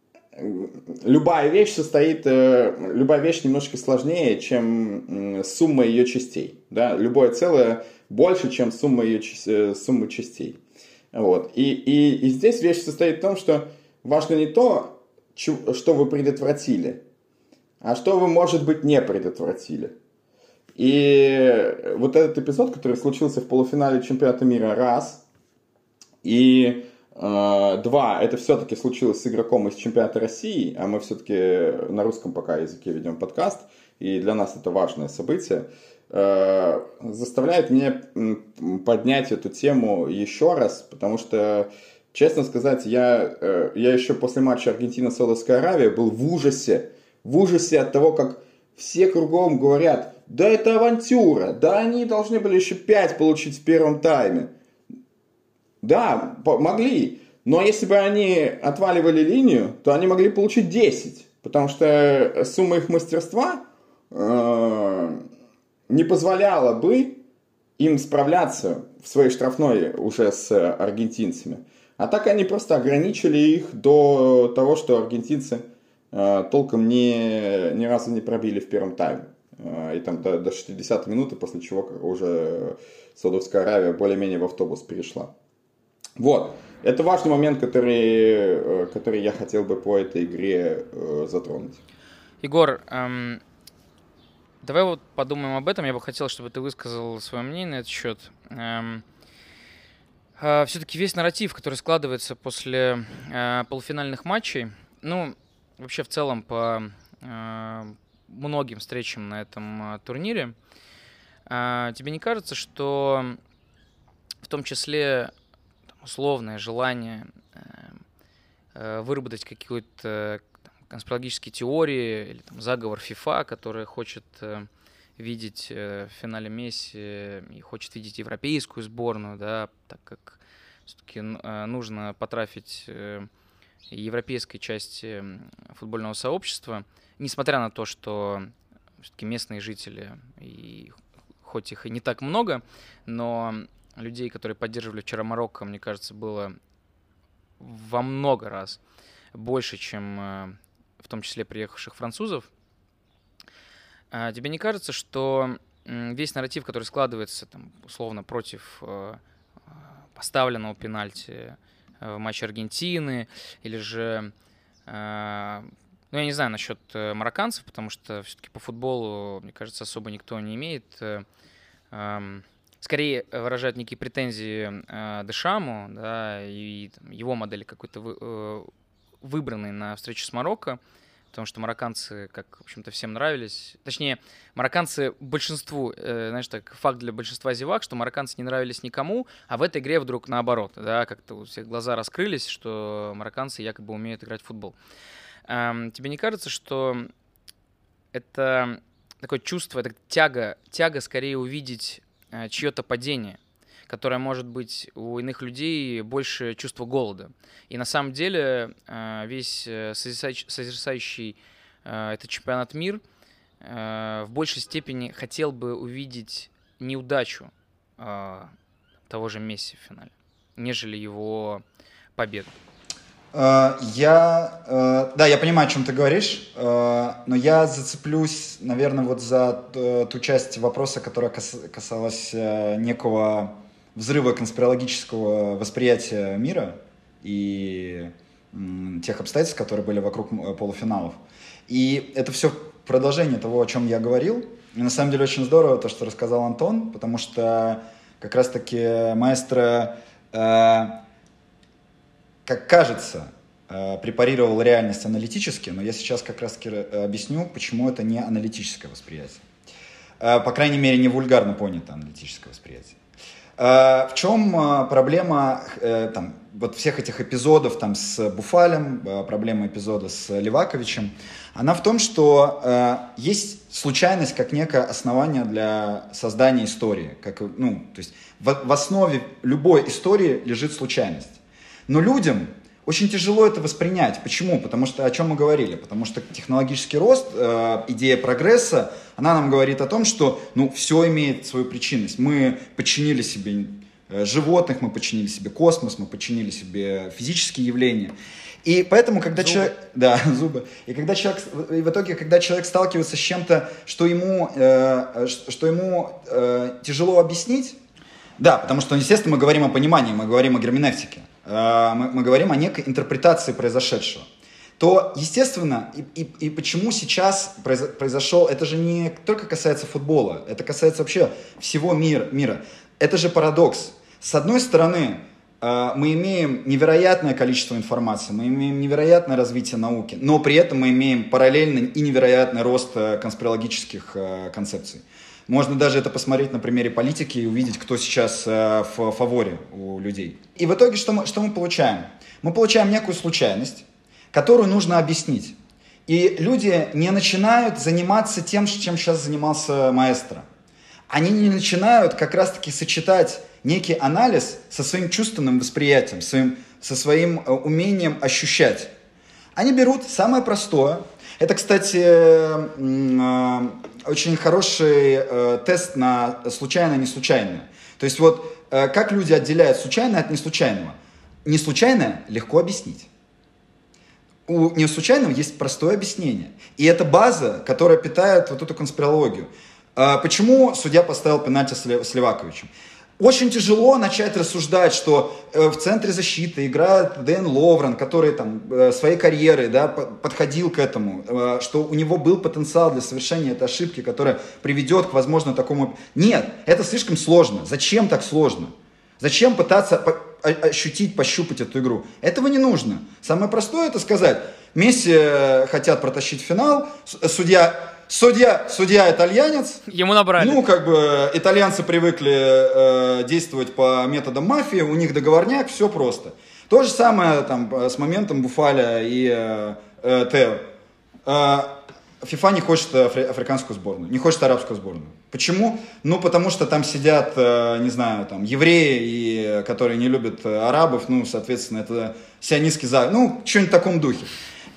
любая вещь состоит, э, любая вещь немножко сложнее, чем сумма ее частей. Да? Любое целое больше, чем сумма ее сумма частей. Вот. И, и, и здесь вещь состоит в том, что важно не то, что вы предотвратили, а что вы, может быть, не предотвратили. И вот этот эпизод, который случился в полуфинале чемпионата мира, раз, и э, два, это все-таки случилось с игроком из чемпионата России, а мы все-таки на русском пока языке ведем подкаст, и для нас это важное событие, заставляет меня поднять эту тему еще раз, потому что, честно сказать, я, я еще после матча Аргентина-Саудовская Аравия был в ужасе, в ужасе от того, как все кругом говорят, да это авантюра, да они должны были еще пять получить в первом тайме. Да, могли, но если бы они отваливали линию, то они могли получить десять, потому что сумма их мастерства не позволяло бы им справляться в своей штрафной уже с аргентинцами. А так они просто ограничили их до того, что аргентинцы э, толком не, ни разу не пробили в первом тайме. Э, и там до, до шестидесятой минуты, после чего уже Саудовская Аравия более-менее в автобус перешла. Вот. Это важный момент, который, который я хотел бы по этой игре э, затронуть. Егор, эм... давай вот подумаем об этом. Я бы хотел, чтобы ты высказал свое мнение на этот счет. Эм, э, все-таки весь нарратив, который складывается после э, полуфинальных матчей, ну, вообще в целом по э, многим встречам на этом э, турнире, э, тебе не кажется, что в том числе там, условное желание э, э, выработать какую-то конспирологические теории или там, заговор ФИФА, который хочет э, видеть э, в финале Месси и хочет видеть европейскую сборную, да, так как все-таки э, нужно потрафить э, европейской части футбольного сообщества, несмотря на то, что все-таки местные жители и хоть их и не так много, но людей, которые поддерживали вчера Марокко, мне кажется, было во много раз больше, чем э, в том числе приехавших французов. А тебе не кажется, что э, весь нарратив, который складывается там, условно против э, поставленного пенальти э, в матче Аргентины, или же, э, ну я не знаю насчет э, марокканцев, потому что все-таки по футболу, мне кажется, особо никто не имеет, э, э, скорее выражают некие претензии э, Дешаму, да, и там, его модели какой-то вы, э, выбранной на встречу с Марокко, потому что марокканцы, как, в общем-то, всем нравились. Точнее, марокканцы большинству, э, знаешь, так, факт для большинства зевак, что марокканцы не нравились никому, а в этой игре вдруг наоборот, да, как-то у всех глаза раскрылись, что марокканцы якобы умеют играть в футбол. Эм, тебе не кажется, что это такое чувство, это тяга, тяга скорее увидеть э, чье-то падение, которое может быть у иных людей больше чувства голода. И на самом деле весь созерцающий этот чемпионат мир в большей степени хотел бы увидеть неудачу того же Месси в финале, нежели его победу. Я, да, я понимаю, о чем ты говоришь, но я зацеплюсь, наверное, вот за ту часть вопроса, которая касалась некого взрыва конспирологического восприятия мира и м, тех обстоятельств, которые были вокруг полуфиналов. И это все продолжение того, о чем я говорил. И на самом деле очень здорово то, что рассказал Антон, потому что как раз-таки маэстро, э, как кажется, э, препарировал реальность аналитически, но я сейчас как раз-таки объясню, почему это не аналитическое восприятие. Э, по крайней мере, не вульгарно понято аналитическое восприятие. В чем проблема там, вот всех этих эпизодов там, с Буфалем, проблема эпизода с Леваковичем? Она в том, что э, есть случайность как некое основание для создания истории. Как, ну, то есть в, в основе любой истории лежит случайность. Но людям очень тяжело это воспринять. Почему? Потому что о чем мы говорили? Потому что технологический рост, э, идея прогресса, она нам говорит о том, что ну, все имеет свою причинность. Мы подчинили себе э, животных, мы подчинили себе космос, мы подчинили себе физические явления. И поэтому, когда зубы. человек... Да, зубы. И, когда человек, и в итоге, когда человек сталкивается с чем-то, что ему, э, что ему э, тяжело объяснить, да, потому что, естественно, мы говорим о понимании, мы говорим о герменевтике. Мы, мы говорим о некой интерпретации произошедшего, то, естественно, и, и, и почему сейчас произошел, это же не только касается футбола, это касается вообще всего мира, мира. Это же парадокс. С одной стороны, мы имеем невероятное количество информации, мы имеем невероятное развитие науки, но при этом мы имеем параллельный и невероятный рост конспирологических концепций. Можно даже это посмотреть на примере политики и увидеть, кто сейчас э, в фаворе у людей. И в итоге что мы, что мы получаем? Мы получаем некую случайность, которую нужно объяснить. И люди не начинают заниматься тем, чем сейчас занимался маэстро. Они не начинают как раз-таки сочетать некий анализ со своим чувственным восприятием, своим, со своим э, умением ощущать. Они берут самое простое. Это, кстати, очень хороший тест на случайное и неслучайное. То есть вот как люди отделяют случайное от неслучайного. Неслучайное легко объяснить. У неслучайного есть простое объяснение. И это база, которая питает вот эту конспирологию. Почему судья поставил пенальти с Леваковичем? Очень тяжело начать рассуждать, что э, в центре защиты играет Дэн Ловрен, который там э, своей карьерой да, подходил к этому, э, что у него был потенциал для совершения этой ошибки, которая приведет к, возможно, такому... Нет, это слишком сложно. Зачем так сложно? Зачем пытаться по- ощутить, пощупать эту игру? Этого не нужно. Самое простое это сказать, Месси э, хотят протащить в финал, судья... Судья, судья итальянец. Ему набрали. Ну, как бы, итальянцы привыкли э, действовать по методам мафии, у них договорняк, все просто. То же самое там, с моментом Буфаля и э, э, Тео. Э, ФИФА не хочет афри- африканскую сборную, не хочет арабскую сборную. Почему? Ну, потому что там сидят, э, не знаю, там, евреи, и, которые не любят арабов, ну, соответственно, это сионистский заговор, ну, что-нибудь в таком духе.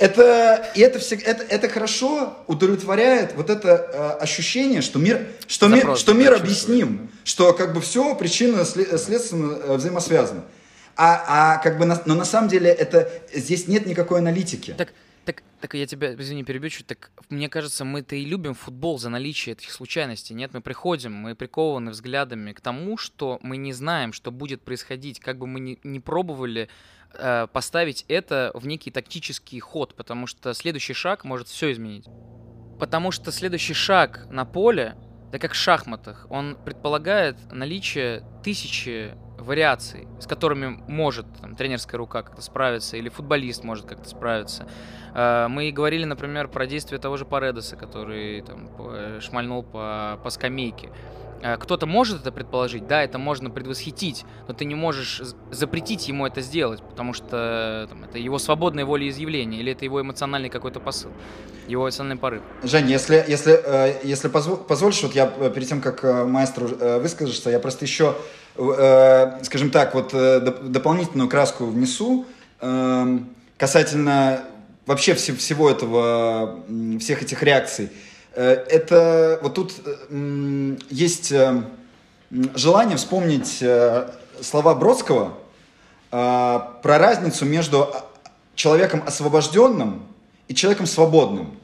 это, и это, все, это, это хорошо удовлетворяет вот это э, ощущение, что мир, что мир, Запрос, что да, мир чувствую. объясним, что как бы все причинно-следственно взаимосвязано. А, а как бы, на, но на самом деле это, здесь нет никакой аналитики. Так, так, так я тебя, извини, перебью чуть. Так мне кажется, мы-то и любим футбол за наличие этих случайностей. Нет, мы приходим, мы прикованы взглядами к тому, что мы не знаем, что будет происходить, как бы мы ни, ни пробовали э, поставить это в некий тактический ход, потому что следующий шаг может все изменить. Потому что следующий шаг на поле, да как в шахматах, он предполагает наличие тысячи вариаций, с которыми может там, тренерская рука как-то справиться, или футболист может как-то справиться. Мы говорили, например, про действие того же Паредеса, который там, шмальнул по, по скамейке. Кто-то может это предположить, да, это можно предвосхитить, но ты не можешь запретить ему это сделать, потому что там, это его свободное волеизъявление, или это его эмоциональный какой-то посыл, его эмоциональный порыв. Жень, если, если, если позволишь, вот я перед тем, как маэстро выскажется, я просто еще, скажем так, вот дополнительную краску внесу касательно вообще всего этого, всех этих реакций. Это вот тут есть желание вспомнить слова Бродского про разницу между человеком освобожденным и человеком свободным.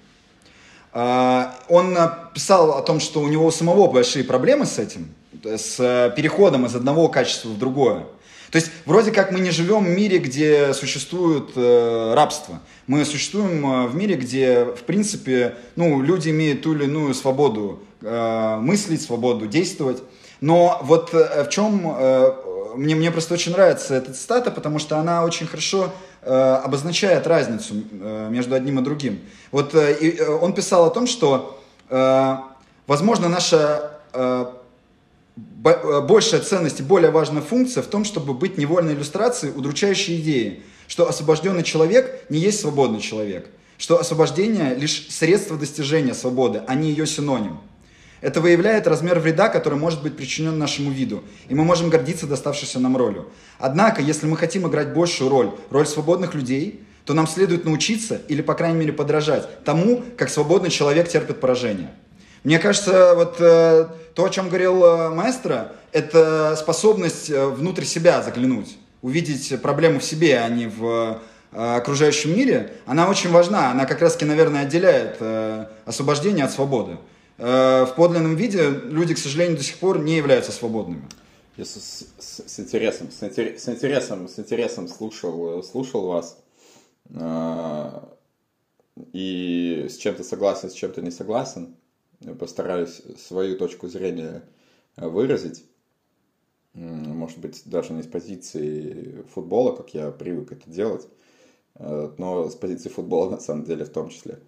Он писал о том, что у него у самого большие проблемы с этим, с переходом из одного качества в другое. То есть вроде как мы не живем в мире, где существует э, рабство. Мы существуем в мире, где, в принципе, ну, люди имеют ту или иную свободу э, мыслить, свободу действовать. Но вот э, в чем... Э, мне, мне просто очень нравится эта цитата, потому что она очень хорошо э, обозначает разницу э, между одним и другим. Вот э, и, э, он писал о том, что, э, возможно, наша... Э, большая ценность и более важная функция в том, чтобы быть невольной иллюстрацией удручающей идеи, что освобожденный человек не есть свободный человек, что освобождение лишь средство достижения свободы, а не ее синоним. Это выявляет размер вреда, который может быть причинен нашему виду, и мы можем гордиться доставшейся нам ролью. Однако, если мы хотим играть большую роль, роль свободных людей, то нам следует научиться, или, по крайней мере, подражать тому, как свободный человек терпит поражение. Мне кажется, вот э, то, о чем говорил э, маэстро, это способность э, внутрь себя заглянуть, увидеть проблему в себе, а не в э, окружающем мире. Она очень важна, она как раз-таки, наверное, отделяет э, освобождение от свободы. Э, в подлинном виде люди, к сожалению, до сих пор не являются свободными. Я с, с, с интересом, с, интерес, с интересом, с интересом слушал, слушал вас э, и с чем-то согласен, с чем-то не согласен. Постараюсь свою точку зрения выразить, может быть, даже не с позиции футбола, как я привык это делать, но с позиции футбола на самом деле в том числе.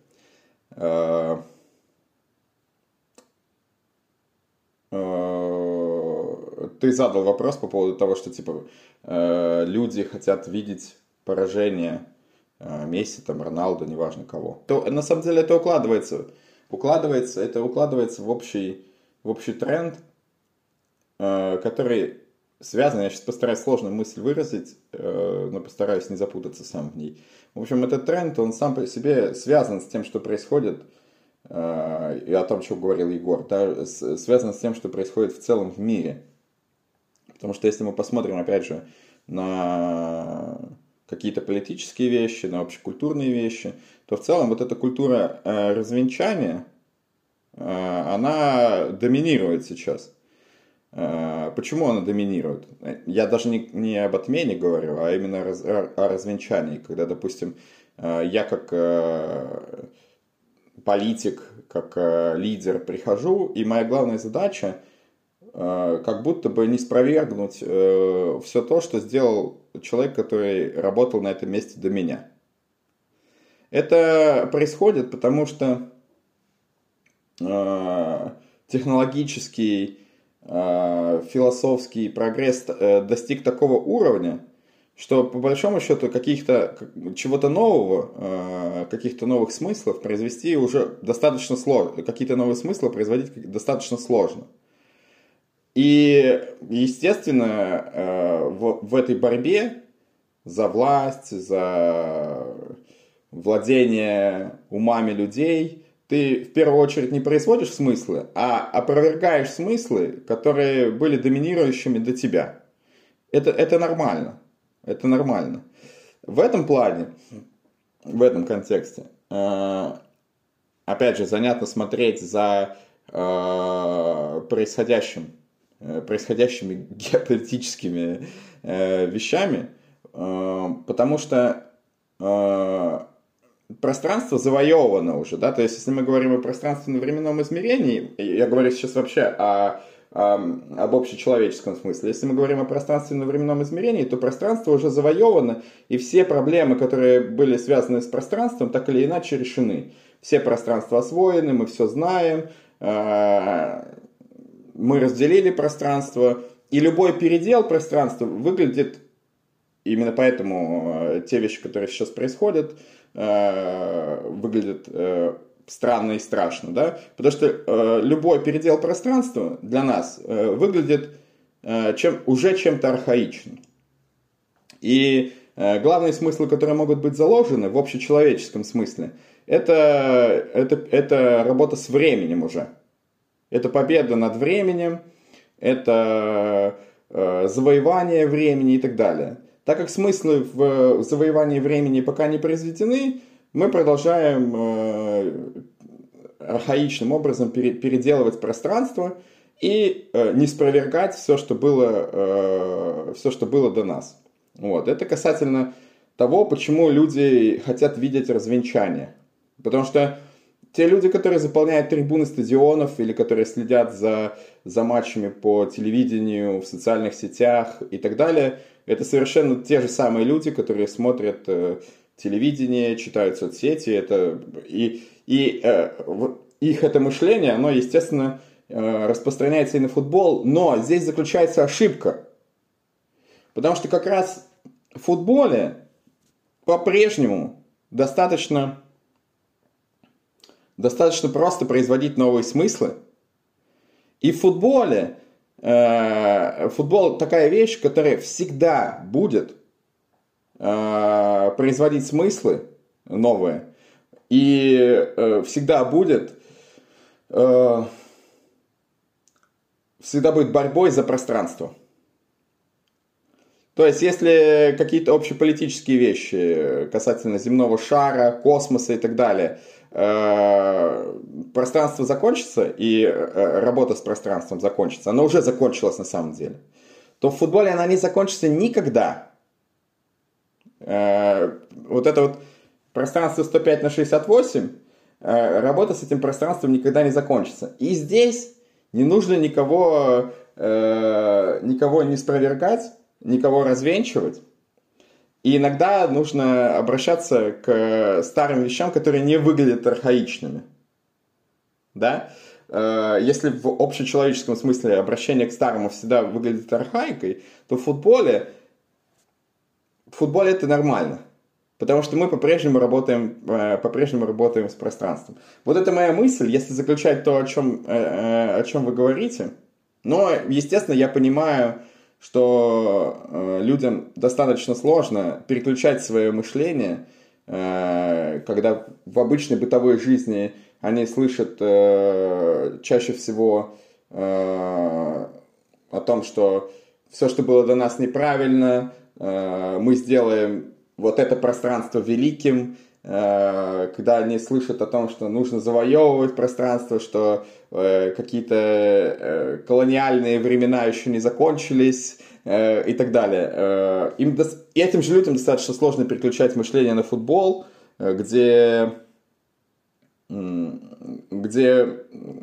Ты задал вопрос по поводу того, что типа люди хотят видеть поражение Месси, там, Роналду, неважно кого. То, на самом деле это укладывается... Укладывается, это укладывается в общий, в общий тренд, э, который связан, я сейчас постараюсь сложную мысль выразить, э, но постараюсь не запутаться сам в ней. В общем, этот тренд, он сам по себе связан с тем, что происходит, э, и о том, что говорил Егор, да, с, связан с тем, что происходит в целом в мире. Потому что если мы посмотрим, опять же, на какие-то политические вещи, на общекультурные вещи, то в целом вот эта культура э, развенчания, э, она доминирует сейчас. Э, почему она доминирует? Я даже не, не об отмене говорю, а именно раз, о, о развенчании. Когда, допустим, э, я как э, политик, как э, лидер прихожу, и моя главная задача э, как будто бы не спровергнуть э, все то, что сделал человек, который работал на этом месте до меня. Это происходит, потому что э, технологический, э, философский прогресс э, достиг такого уровня, что по большому счету каких-то, чего-то нового, э, каких-то новых смыслов произвести уже достаточно сложно. Какие-то новые смыслы производить достаточно сложно. И, естественно, э, в, в этой борьбе за власть, за владение умами людей, ты в первую очередь не производишь смыслы, а опровергаешь смыслы, которые были доминирующими до тебя. Это, это нормально. Это нормально. В этом плане, в этом контексте, э, опять же, занятно смотреть за э, происходящим, э, происходящими геополитическими э, вещами, э, потому что э, пространство завоевано уже, да, то есть если мы говорим о пространственно-временном измерении, я говорю сейчас вообще о, о, об общечеловеческом смысле, если мы говорим о пространственно-временном измерении, то пространство уже завоевано, и все проблемы, которые были связаны с пространством, так или иначе решены. Все пространства освоены, мы все знаем, мы разделили пространство, и любой передел пространства выглядит, именно поэтому те вещи, которые сейчас происходят, выглядят странно и страшно, да? Потому что любой передел пространства для нас выглядит чем, уже чем-то архаичным. И главные смыслы, которые могут быть заложены в общечеловеческом смысле, это, это, это работа с временем уже. Это победа над временем, это завоевание времени и так далее. Так как смыслы в завоевании времени пока не произведены, мы продолжаем э, архаичным образом пере, переделывать пространство и э, не спровергать все, что было, э, все, что было до нас. Вот. Это касательно того, почему люди хотят видеть развенчание. Потому что те люди, которые заполняют трибуны стадионов или которые следят за, за матчами по телевидению, в социальных сетях и так далее, это совершенно те же самые люди, которые смотрят э, телевидение, читают соцсети. Это, и и э, их это мышление, оно, естественно, э, распространяется и на футбол. Но здесь заключается ошибка. Потому что как раз в футболе по-прежнему достаточно, достаточно просто производить новые смыслы. И в футболе футбол такая вещь, которая всегда будет э, производить смыслы новые и э, всегда будет э, всегда будет борьбой за пространство. То есть, если какие-то общеполитические вещи касательно земного шара, космоса и так далее, пространство закончится и работа с пространством закончится, она уже закончилась на самом деле, то в футболе она не закончится никогда. Вот это вот пространство сто пять на шестьдесят восемь, работа с этим пространством никогда не закончится. И здесь не нужно никого, никого не спровергать, никого развенчивать. И иногда нужно обращаться к старым вещам, которые не выглядят архаичными. Да? Если в общечеловеческом смысле обращение к старому всегда выглядит архаикой, то в футболе, в футболе это нормально. Потому что мы по-прежнему работаем, по-прежнему работаем с пространством. Вот это моя мысль, если заключать то, о чем, о чем вы говорите. Но, естественно, я понимаю, что э, людям достаточно сложно переключать свое мышление, э, когда в обычной бытовой жизни они слышат э, чаще всего э, о том, что все, что было до нас, неправильно, э, мы сделаем вот это пространство великим, э, когда они слышат о том, что нужно завоевывать пространство, что э, какие-то э, колониальные времена еще не закончились э, и так далее. Э, им до... И этим же людям достаточно сложно переключать мышление на футбол, э, где, э, где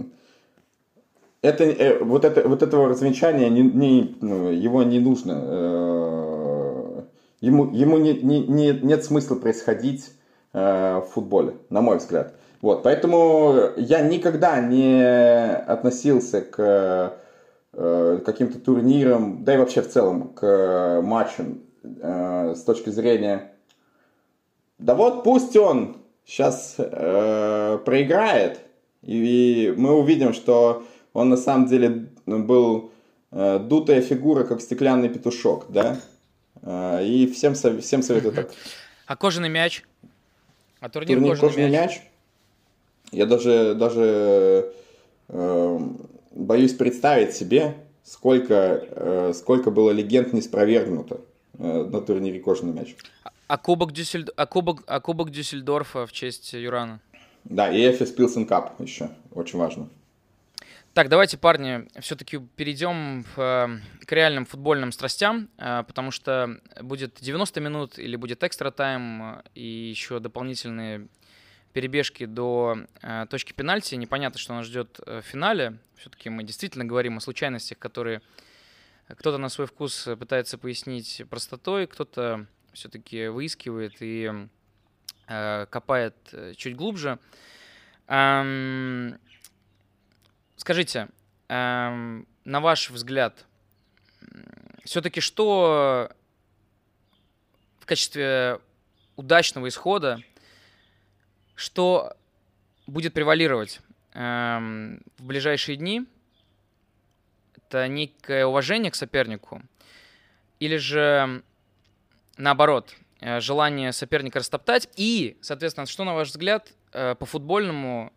это, э, вот, это, вот этого развенчания не, не, ну, его не нужно. Э, ему ему не, не, не, нет смысла происходить в футболе, на мой взгляд. Вот, поэтому я никогда не относился к э, каким-то турнирам, да и вообще в целом к матчам э, с точки зрения, да вот пусть он сейчас э, проиграет, и мы увидим, что он на самом деле был э, дутая фигура, как стеклянный петушок, да, э, и всем, всем советую так. А кожаный мяч? А турнир, турнир «Кожаный «Кожаный мяч». мяч». Я даже, даже э, боюсь представить себе, сколько, э, сколько было легенд не спровергнуто э, на турнире «Кожаный мяч». А кубок, Дюссельд... а, кубок... а кубок Дюссельдорфа в честь Юрана? Да, и Эфес Пилсен Кап еще, очень важно. Так, давайте, парни, все-таки перейдем к реальным футбольным страстям, потому что будет девяносто минут или будет экстра-тайм и еще дополнительные перебежки до точки пенальти. Непонятно, что нас ждет в финале. Все-таки мы действительно говорим о случайностях, которые кто-то на свой вкус пытается пояснить простотой, кто-то все-таки выискивает и э, копает чуть глубже. Эм, скажите, эм, на ваш взгляд, все-таки что в качестве удачного исхода, что будет превалировать эм, в ближайшие дни? Это некое уважение к сопернику или же наоборот, желание соперника растоптать? И, соответственно, что, на ваш взгляд, по футбольному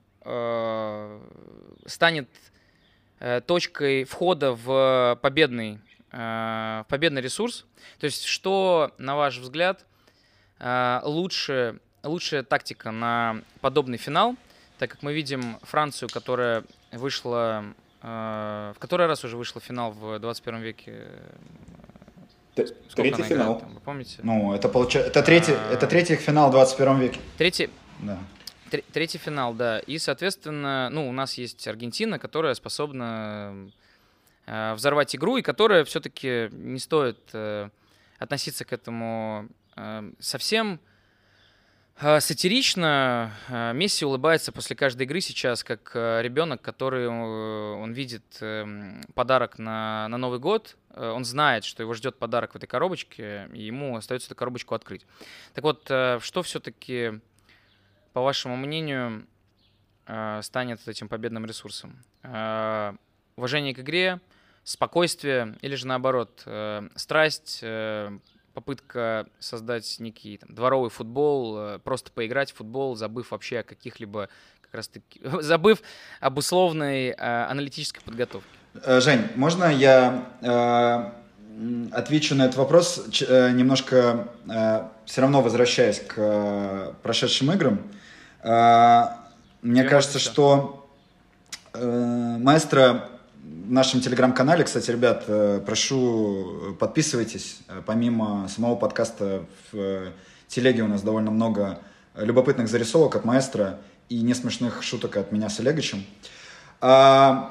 станет точкой входа в победный, в победный ресурс? То есть, что, на ваш взгляд, лучше, лучшая тактика на подобный финал, так как мы видим Францию, которая вышла, в который раз уже вышла в финал в двадцать первом веке? Третий финал. Играет, вы помните? Ну, это получается, это третий, а... это третий финал в двадцать первом веке. Третий, да. Тр- третий финал, да. И, соответственно, ну, у нас есть Аргентина, которая способна э, взорвать игру, и которая все-таки не стоит э, относиться к этому э, совсем э, сатирично. Э, Месси улыбается после каждой игры сейчас, как э, ребенок, который э, он видит э, подарок на, на Новый год. Он знает, что его ждет подарок в этой коробочке, и ему остается эту коробочку открыть. Так вот, что все-таки, по вашему мнению, станет этим победным ресурсом? Уважение к игре, спокойствие или же наоборот, страсть, попытка создать некий там, дворовый футбол, просто поиграть в футбол, забыв вообще о каких-либо, как раз таки, забыв об условной аналитической подготовке? Жень, можно я э, отвечу на этот вопрос, ч, э, немножко э, все равно возвращаясь к э, прошедшим играм? Э, мне я кажется, что э, маэстро в нашем телеграм-канале, кстати, ребят, э, прошу, подписывайтесь. Помимо самого подкаста в э, телеге у нас довольно много любопытных зарисовок от маэстро и несмешных шуток от меня с Олегичем. Э,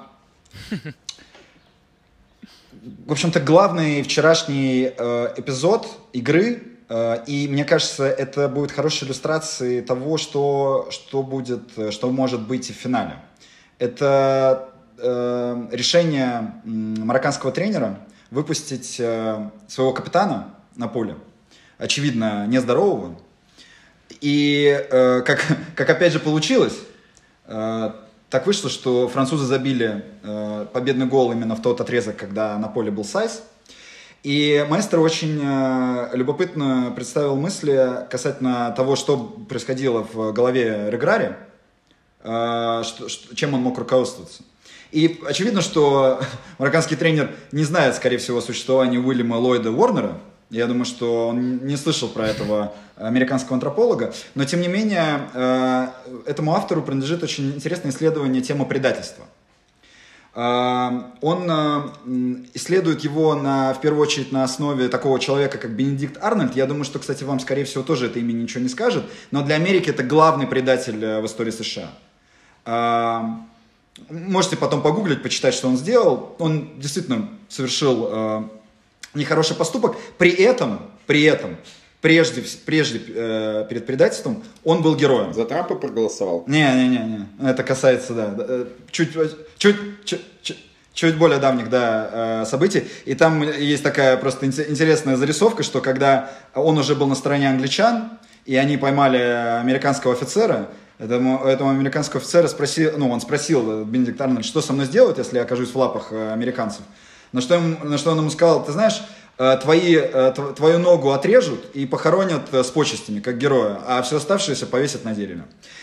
В общем-то, главный вчерашний э, эпизод игры, э, и мне кажется, это будет хорошей иллюстрацией того, что, что будет, что может быть и в финале. Это э, решение э, марокканского тренера выпустить э, своего капитана на поле, очевидно, нездорового. И э, как, как опять же получилось, э, так вышло, что французы забили э, победный гол именно в тот отрезок, когда на поле был Сайс. И маэстро очень э, любопытно представил мысли касательно того, что происходило в голове Реграри, э, что, что, чем он мог руководствоваться. И очевидно, что марокканский тренер не знает, скорее всего, о существовании Уильяма Ллойда Уорнера. Я думаю, что он не слышал про этого американского антрополога, но тем не менее этому автору принадлежит очень интересное исследование темы предательства. Он исследует его на, в первую очередь на основе такого человека, как Бенедикт Арнольд. Я думаю, что, кстати, вам, скорее всего, тоже это имя ничего не скажет, но для Америки это главный предатель в истории США. Можете потом погуглить, почитать, что он сделал. Он действительно совершил нехороший поступок. При этом, при этом, прежде, прежде э, перед предательством, он был героем. За Трампа проголосовал? Не-не-не, это касается, да, чуть, чуть, чуть, чуть, чуть более давних, да, событий. И там есть такая просто интересная зарисовка, что когда он уже был на стороне англичан, и они поймали американского офицера, Этому, этому американского офицера спросил, ну, он спросил, Бенедикт Арнольд, что со мной сделают, если я окажусь в лапах американцев. На что, ему, на что он ему сказал, ты знаешь, твои, твою ногу отрежут и похоронят с почестями, как героя, а все оставшееся повесят на дереве.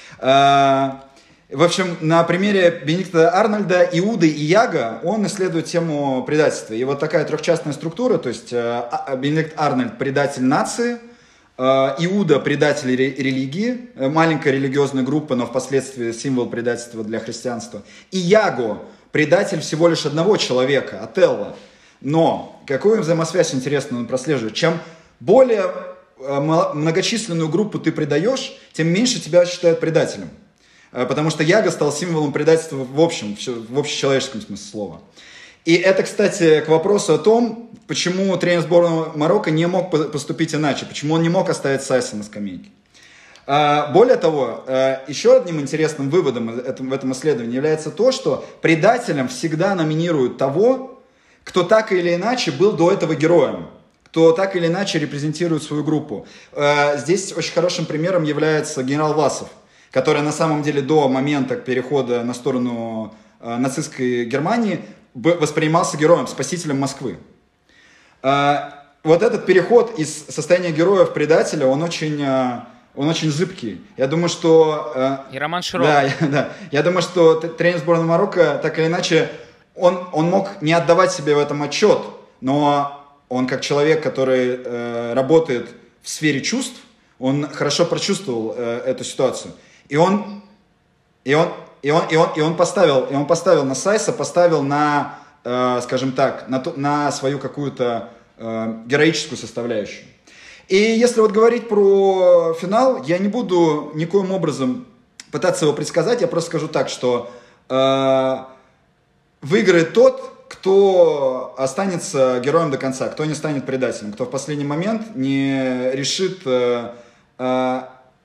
В общем, на примере Бенедикта Арнольда, Иуды и Яга он исследует тему предательства. И вот такая трехчастная структура, то есть Бенедикт Арнольд – предатель нации, Иуда – предатель религии, маленькая религиозная группа, но впоследствии символ предательства для христианства, и Яго – предатель всего лишь одного человека, Отелло. Но какую взаимосвязь интересную он прослеживает? Чем более многочисленную группу ты предаешь, тем меньше тебя считают предателем. Потому что Яго стал символом предательства в общем, в общечеловеческом смысле слова. И это, кстати, к вопросу о том, почему тренер сборной Марокко не мог поступить иначе, почему он не мог оставить Сайса на скамейке. Более того, еще одним интересным выводом в этом исследовании является то, что предателем всегда номинируют того, кто так или иначе был до этого героем, кто так или иначе репрезентирует свою группу. Здесь очень хорошим примером является генерал Власов, который на самом деле до момента перехода на сторону э, нацистской Германии воспринимался героем, спасителем Москвы. Э, вот этот переход из состояния героя в предателя, он очень, э, он очень зыбкий. Я думаю, что... Э, И роман широкий. Да, я, да. Я думаю, что тренер сборной Марокко, так или иначе, он, он мог не отдавать себе в этом отчет, но он как человек, который э, работает в сфере чувств, он хорошо прочувствовал э, эту ситуацию. И он, и он, и он, и он, и он поставил, и он поставил на Сайса, поставил на, э, скажем так, на, на свою какую-то э, героическую составляющую. И если вот говорить про финал, я не буду никоим образом пытаться его предсказать, я просто скажу так, что э, выиграет тот, кто останется героем до конца, кто не станет предателем, кто в последний момент не решит... Э, э,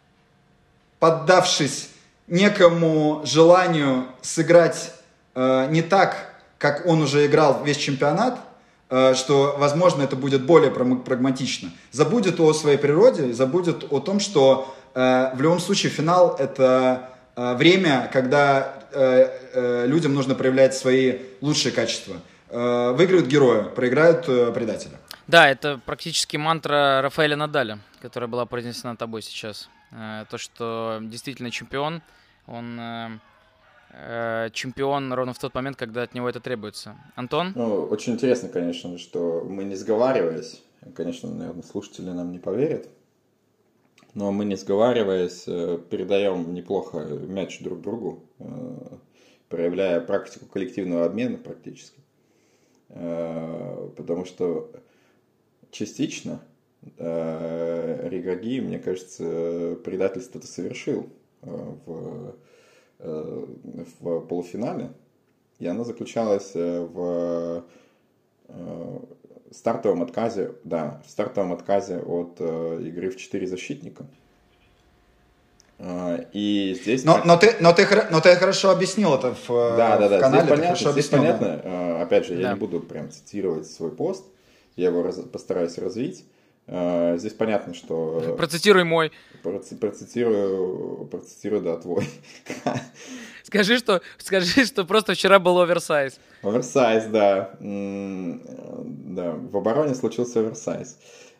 поддавшись некому желанию сыграть э, не так, как он уже играл весь чемпионат, э, что, возможно, это будет более прагматично, забудет о своей природе, забудет о том, что э, в любом случае финал – это э, время, когда э, э, людям нужно проявлять свои лучшие качества. Э, выиграют героя, проиграют э, предателя. Да, это практически мантра Рафаэля Надаля, которая была произнесена тобой сейчас. То, что действительно чемпион, он э, чемпион ровно в тот момент, когда от него это требуется. Антон? Ну, очень интересно, конечно, что мы, не сговариваясь, конечно, наверное, слушатели нам не поверят, но мы, не сговариваясь, передаем неплохо мяч друг другу, проявляя практику коллективного обмена практически. Потому что частично Риграги, мне кажется, предательство-то совершил в, в полуфинале. И оно заключалось в стартовом отказе, да, в стартовом отказе от игры в четыре защитника. И здесь... Но, но, ты, но, ты, но ты хорошо объяснил это в, да, да, в да. канале. Здесь понятно, здесь объяснил, понятно. Да. Опять же, я да. не буду прям цитировать свой пост, я его раз, постараюсь развить. Здесь понятно, что... Процитируй мой. Процитирую, процитирую, да, твой. Скажи, что, скажи, что просто вчера был оверсайз. Оверсайз, да. Да, в обороне случился оверсайз.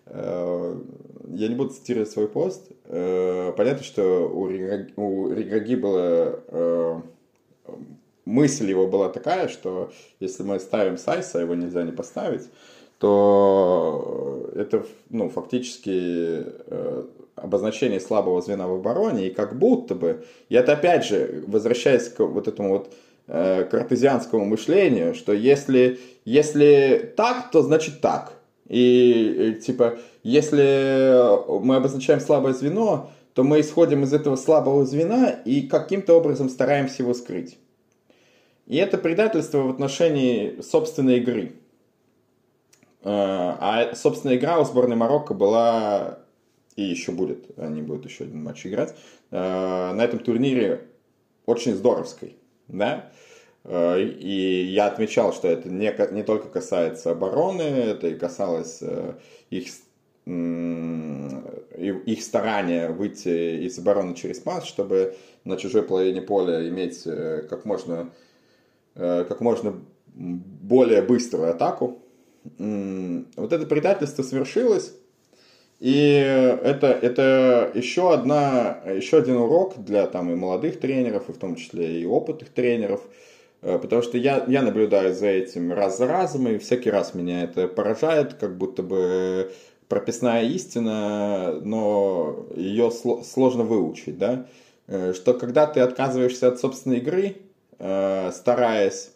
Я не буду цитировать свой пост. Понятно, что у Риграги была... Мысль его была такая, что если мы ставим Сайса, его нельзя не поставить, то это, ну, фактически э, обозначение слабого звена в обороне, и как будто бы, и это опять же, возвращаясь к вот этому вот э, картезианскому мышлению, что если, если так, то значит так. И, и типа, если мы обозначаем слабое звено, то мы исходим из этого слабого звена и каким-то образом стараемся его скрыть. И это предательство в отношении собственной игры. А собственная игра у сборной Марокко была, и еще будет, они будут еще один матч играть, на этом турнире очень здоровской, да? И я отмечал, что это не, не только касается обороны, это и касалось их, их старания выйти из обороны через пас, чтобы на чужой половине поля иметь как можно, как можно более быструю атаку. вот это предательство свершилось, и это, это еще, одна, еще один урок для там, и молодых тренеров, и в том числе и опытных тренеров, потому что я, я наблюдаю за этим раз за разом, и всякий раз меня это поражает, как будто бы прописная истина, но ее сложно выучить, да? Что когда ты отказываешься от собственной игры, стараясь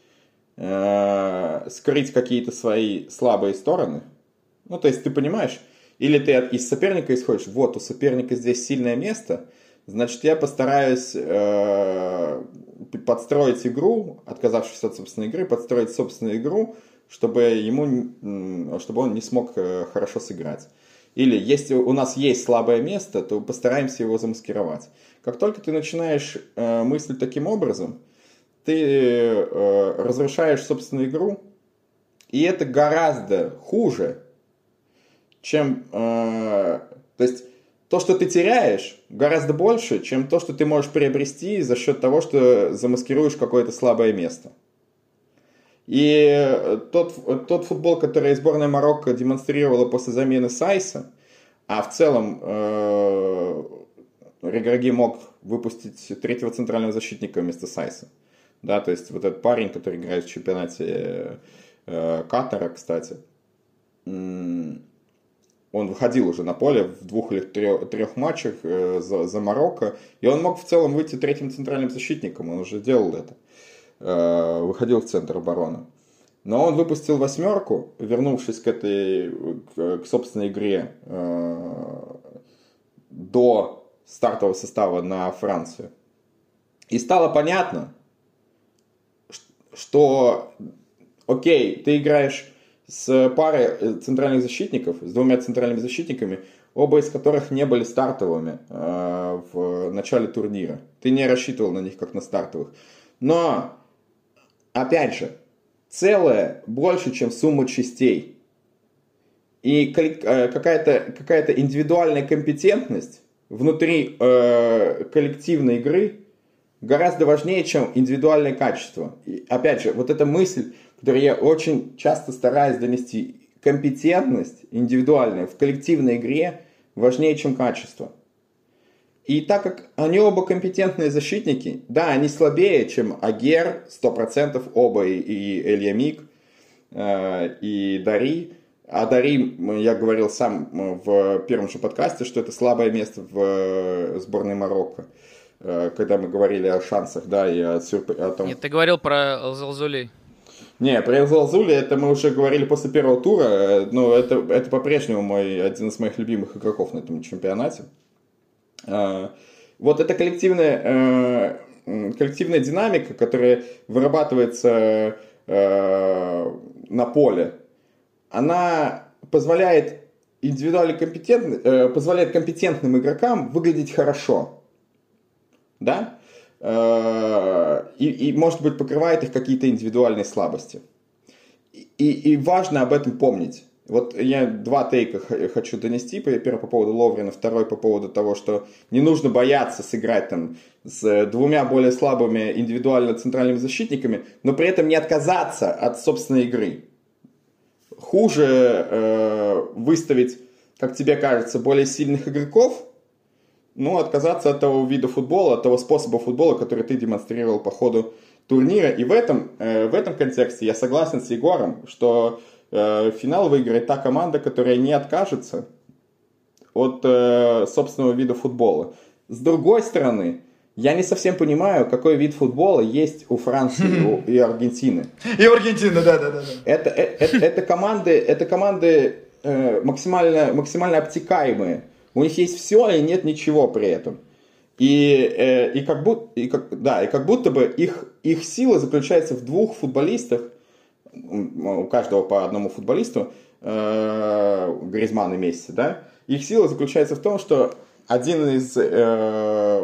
скрыть какие-то свои слабые стороны, ну, то есть ты понимаешь, или ты из соперника исходишь, вот, у соперника здесь сильное место, значит, я постараюсь э, подстроить игру, отказавшись от собственной игры, подстроить собственную игру, чтобы, ему, чтобы он не смог хорошо сыграть. Или если у нас есть слабое место, то постараемся его замаскировать. Как только ты начинаешь э, мыслить таким образом, ты э, разрушаешь собственную игру, и это гораздо хуже, чем... Э, то есть то, что ты теряешь, гораздо больше, чем то, что ты можешь приобрести за счет того, что замаскируешь какое-то слабое место. И тот, тот футбол, который сборная Марокко демонстрировала после замены Сайса, а в целом э, Реграги мог выпустить третьего центрального защитника вместо Сайса. Да, то есть вот этот парень, который играет в чемпионате э, Катара, кстати, он выходил уже на поле в двух или трех, трех матчах э, за, за Марокко, и он мог в целом выйти третьим центральным защитником, он уже делал это, э, выходил в центр обороны. Но он выпустил восьмерку, вернувшись к этой, к, к собственной игре э, до стартового состава на Францию. И стало понятно, что, окей, ты играешь с парой центральных защитников, с двумя центральными защитниками, оба из которых не были стартовыми э, в начале турнира. Ты не рассчитывал на них как на стартовых. Но, опять же, целое больше, чем сумма частей. И э, какая-то, какая-то индивидуальная компетентность внутри э, коллективной игры гораздо важнее, чем индивидуальное качество. И опять же, вот эта мысль, которую я очень часто стараюсь донести, компетентность индивидуальная в коллективной игре важнее, чем качество. И так как они оба компетентные защитники, да, они слабее, чем Агер, сто процентов оба, и, и Эль-Ямик, э, и Дари. А Дари, я говорил сам в первом же подкасте, что это слабое место в сборной Марокко, когда мы говорили о шансах, да, и о, сюрп... о том... Нет, ты говорил про Алзалзулей. Не, про Алзалзули это мы уже говорили после первого тура, но это, это по-прежнему мой, один из моих любимых игроков на этом чемпионате. Вот эта коллективная, коллективная динамика, которая вырабатывается на поле, она позволяет индивидуально компетентным, позволяет компетентным игрокам выглядеть хорошо. Да? И, и, может быть, покрывает их какие-то индивидуальные слабости. И, и важно об этом помнить. Вот я два тейка хочу донести. Первый по поводу Ловрена, второй по поводу того, что не нужно бояться сыграть там с двумя более слабыми индивидуально центральными защитниками, но при этом не отказаться от собственной игры. Хуже э, выставить, как тебе кажется, более сильных игроков, ну, отказаться от того вида футбола, от того способа футбола, который ты демонстрировал по ходу турнира. И в этом, э, в этом контексте я согласен с Егором, что э, финал выиграет та команда, которая не откажется от э, собственного вида футбола. С другой стороны, я не совсем понимаю, какой вид футбола есть у Франции и Аргентины. И у Аргентины, да-да-да. Это, это, это команды, это команды э, максимально, максимально обтекаемые. У них есть все и нет ничего при этом. И, э, и, как, будто, и, как, да, и как будто бы их, их сила заключается в двух футболистах, у каждого по одному футболисту, э, Гризман и Месси, да? Их сила заключается в том, что один из, э,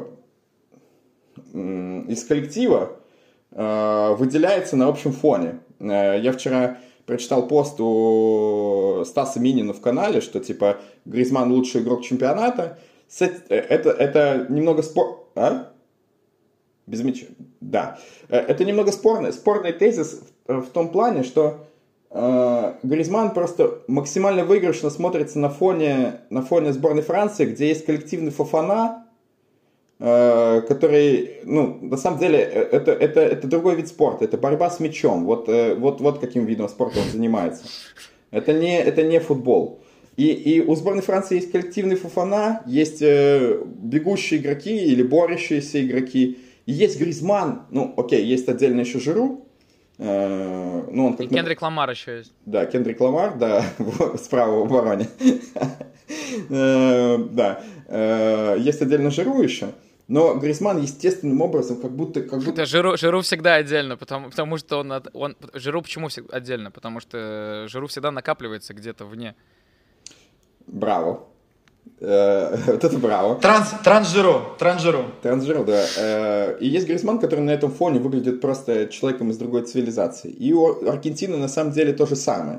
из коллектива э, выделяется на общем фоне. Э, я вчера прочитал пост у Стаса Минина в канале, что типа Гризман лучший игрок чемпионата. Это, это немного спор... А? Без мяча. Да. Это немного спорный, спорный тезис в том плане, что Гризманн просто максимально выигрышно смотрится на фоне, на фоне сборной Франции, где есть коллективный Фофана, который, ну, на самом деле, это, это, это другой вид спорта, это борьба с мячом. Вот, вот, вот каким видом спорта он занимается. Это не, это не футбол. И, и у сборной Франции есть коллективный Фофана, есть бегущие игроки или борющиеся игроки, и есть Гризманн, ну, окей, есть отдельно еще Жиру. Uh, ну, он как и Кендрик на... Ламар еще есть. Да, Кендрик Ламар, да, справа в обороне. uh, да, uh, есть отдельно Жиру еще, но Гризманн естественным образом как будто... Как будто... Это Жиру, Жиру всегда отдельно, потому, потому что он, он... Жиру почему всегда отдельно? Потому что Жиру всегда накапливается где-то вне. Браво. Uh, вот это браво. Транс, транс-Жиру, транс-Жиру. Транс-Жиру, да. Uh, и есть Гризманн, который на этом фоне выглядит просто человеком из другой цивилизации. И у Аргентины на самом деле то же самое.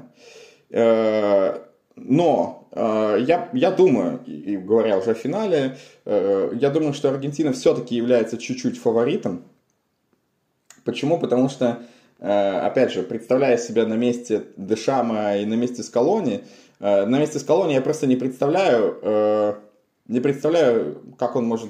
Uh, но uh, я, я думаю, и говоря уже о финале, uh, я думаю, что Аргентина все-таки является чуть-чуть фаворитом. Почему? Потому что, uh, опять же, представляя себя на месте Дешама и на месте Скалони, на месте Скалони я просто не представляю, не представляю, как он может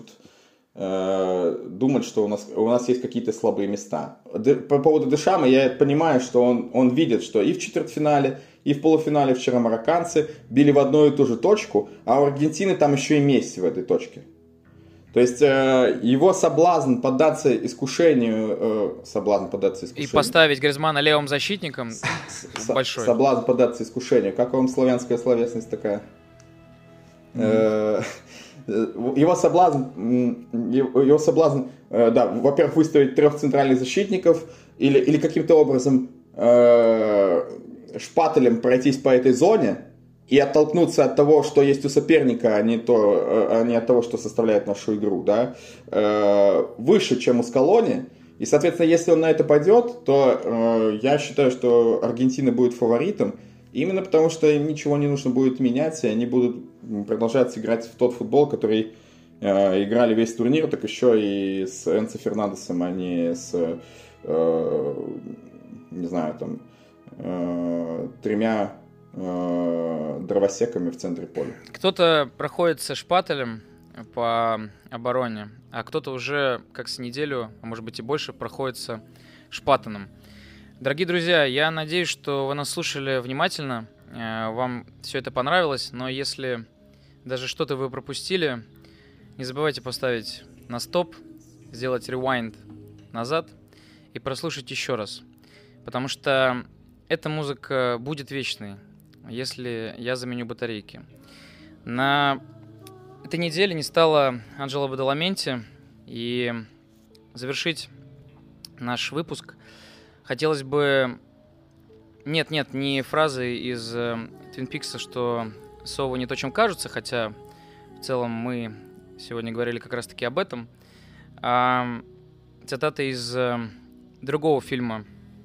думать, что у нас, у нас есть какие-то слабые места. По поводу Дешама я понимаю, что он, он видит, что и в четвертьфинале, и в полуфинале вчера марокканцы били в одну и ту же точку, а у Аргентины там еще и Месси в этой точке. То есть э, его соблазн поддаться искушению, э, соблазн поддаться искушению. И поставить Гризманна левым защитником С- большой. Соблазн поддаться искушению. Как вам славянская словесность такая? Mm-hmm. Его соблазн, его соблазн, да, во-первых, выставить трех центральных защитников или, или каким-то образом э, шпателем пройтись по этой зоне и оттолкнуться от того, что есть у соперника, а не, то, а не от того, что составляет нашу игру, да, э, выше, чем у Скалони. И, соответственно, если он на это пойдет, то э, я считаю, что Аргентина будет фаворитом, именно потому что им ничего не нужно будет менять, и они будут продолжать играть в тот футбол, который э, играли весь турнир, так еще и с Энцо Фернандесом, а не с, э, не знаю, там, э, тремя дровосеками в центре поля. Кто-то проходит со шпателем по обороне, а кто-то уже как с неделю, а может быть и больше, проходится шпатаном. Дорогие друзья, я надеюсь, что вы нас слушали внимательно, вам все это понравилось, но если даже что-то вы пропустили, не забывайте поставить на стоп, сделать rewind назад и прослушать еще раз, потому что эта музыка будет вечной, если я заменю батарейки. На этой неделе не стало Анджело Бадаламенти, и завершить наш выпуск хотелось бы... Нет-нет, не фразы из Твин Пикса, что совы не то, чем кажутся, хотя в целом мы сегодня говорили как раз-таки об этом, а цитата из другого фильма,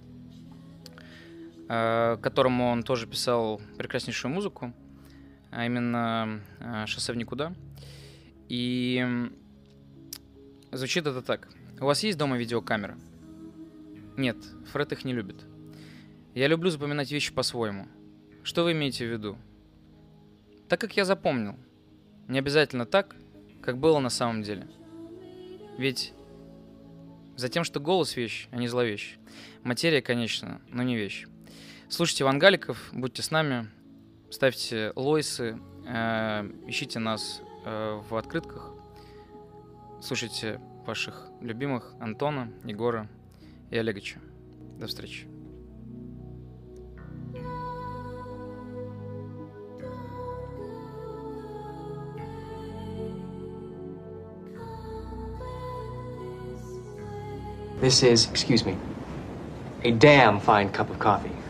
к которому он тоже писал прекраснейшую музыку, а именно «Шоссе в никуда». И звучит это так. У вас есть дома видеокамера? Нет, Фред их не любит. Я люблю запоминать вещи по-своему. Что вы имеете в виду? Так, как я запомнил. Не обязательно так, как было на самом деле. Ведь за тем, что голос вещь, а не зловещь. Материя, конечно, но не вещь. Слушайте Вангаликов, будьте с нами, ставьте лойсы, э, ищите нас э, в открытках, слушайте ваших любимых Антона, Егора и Олеговича. До встречи. This is, excuse me, a damn fine cup of coffee.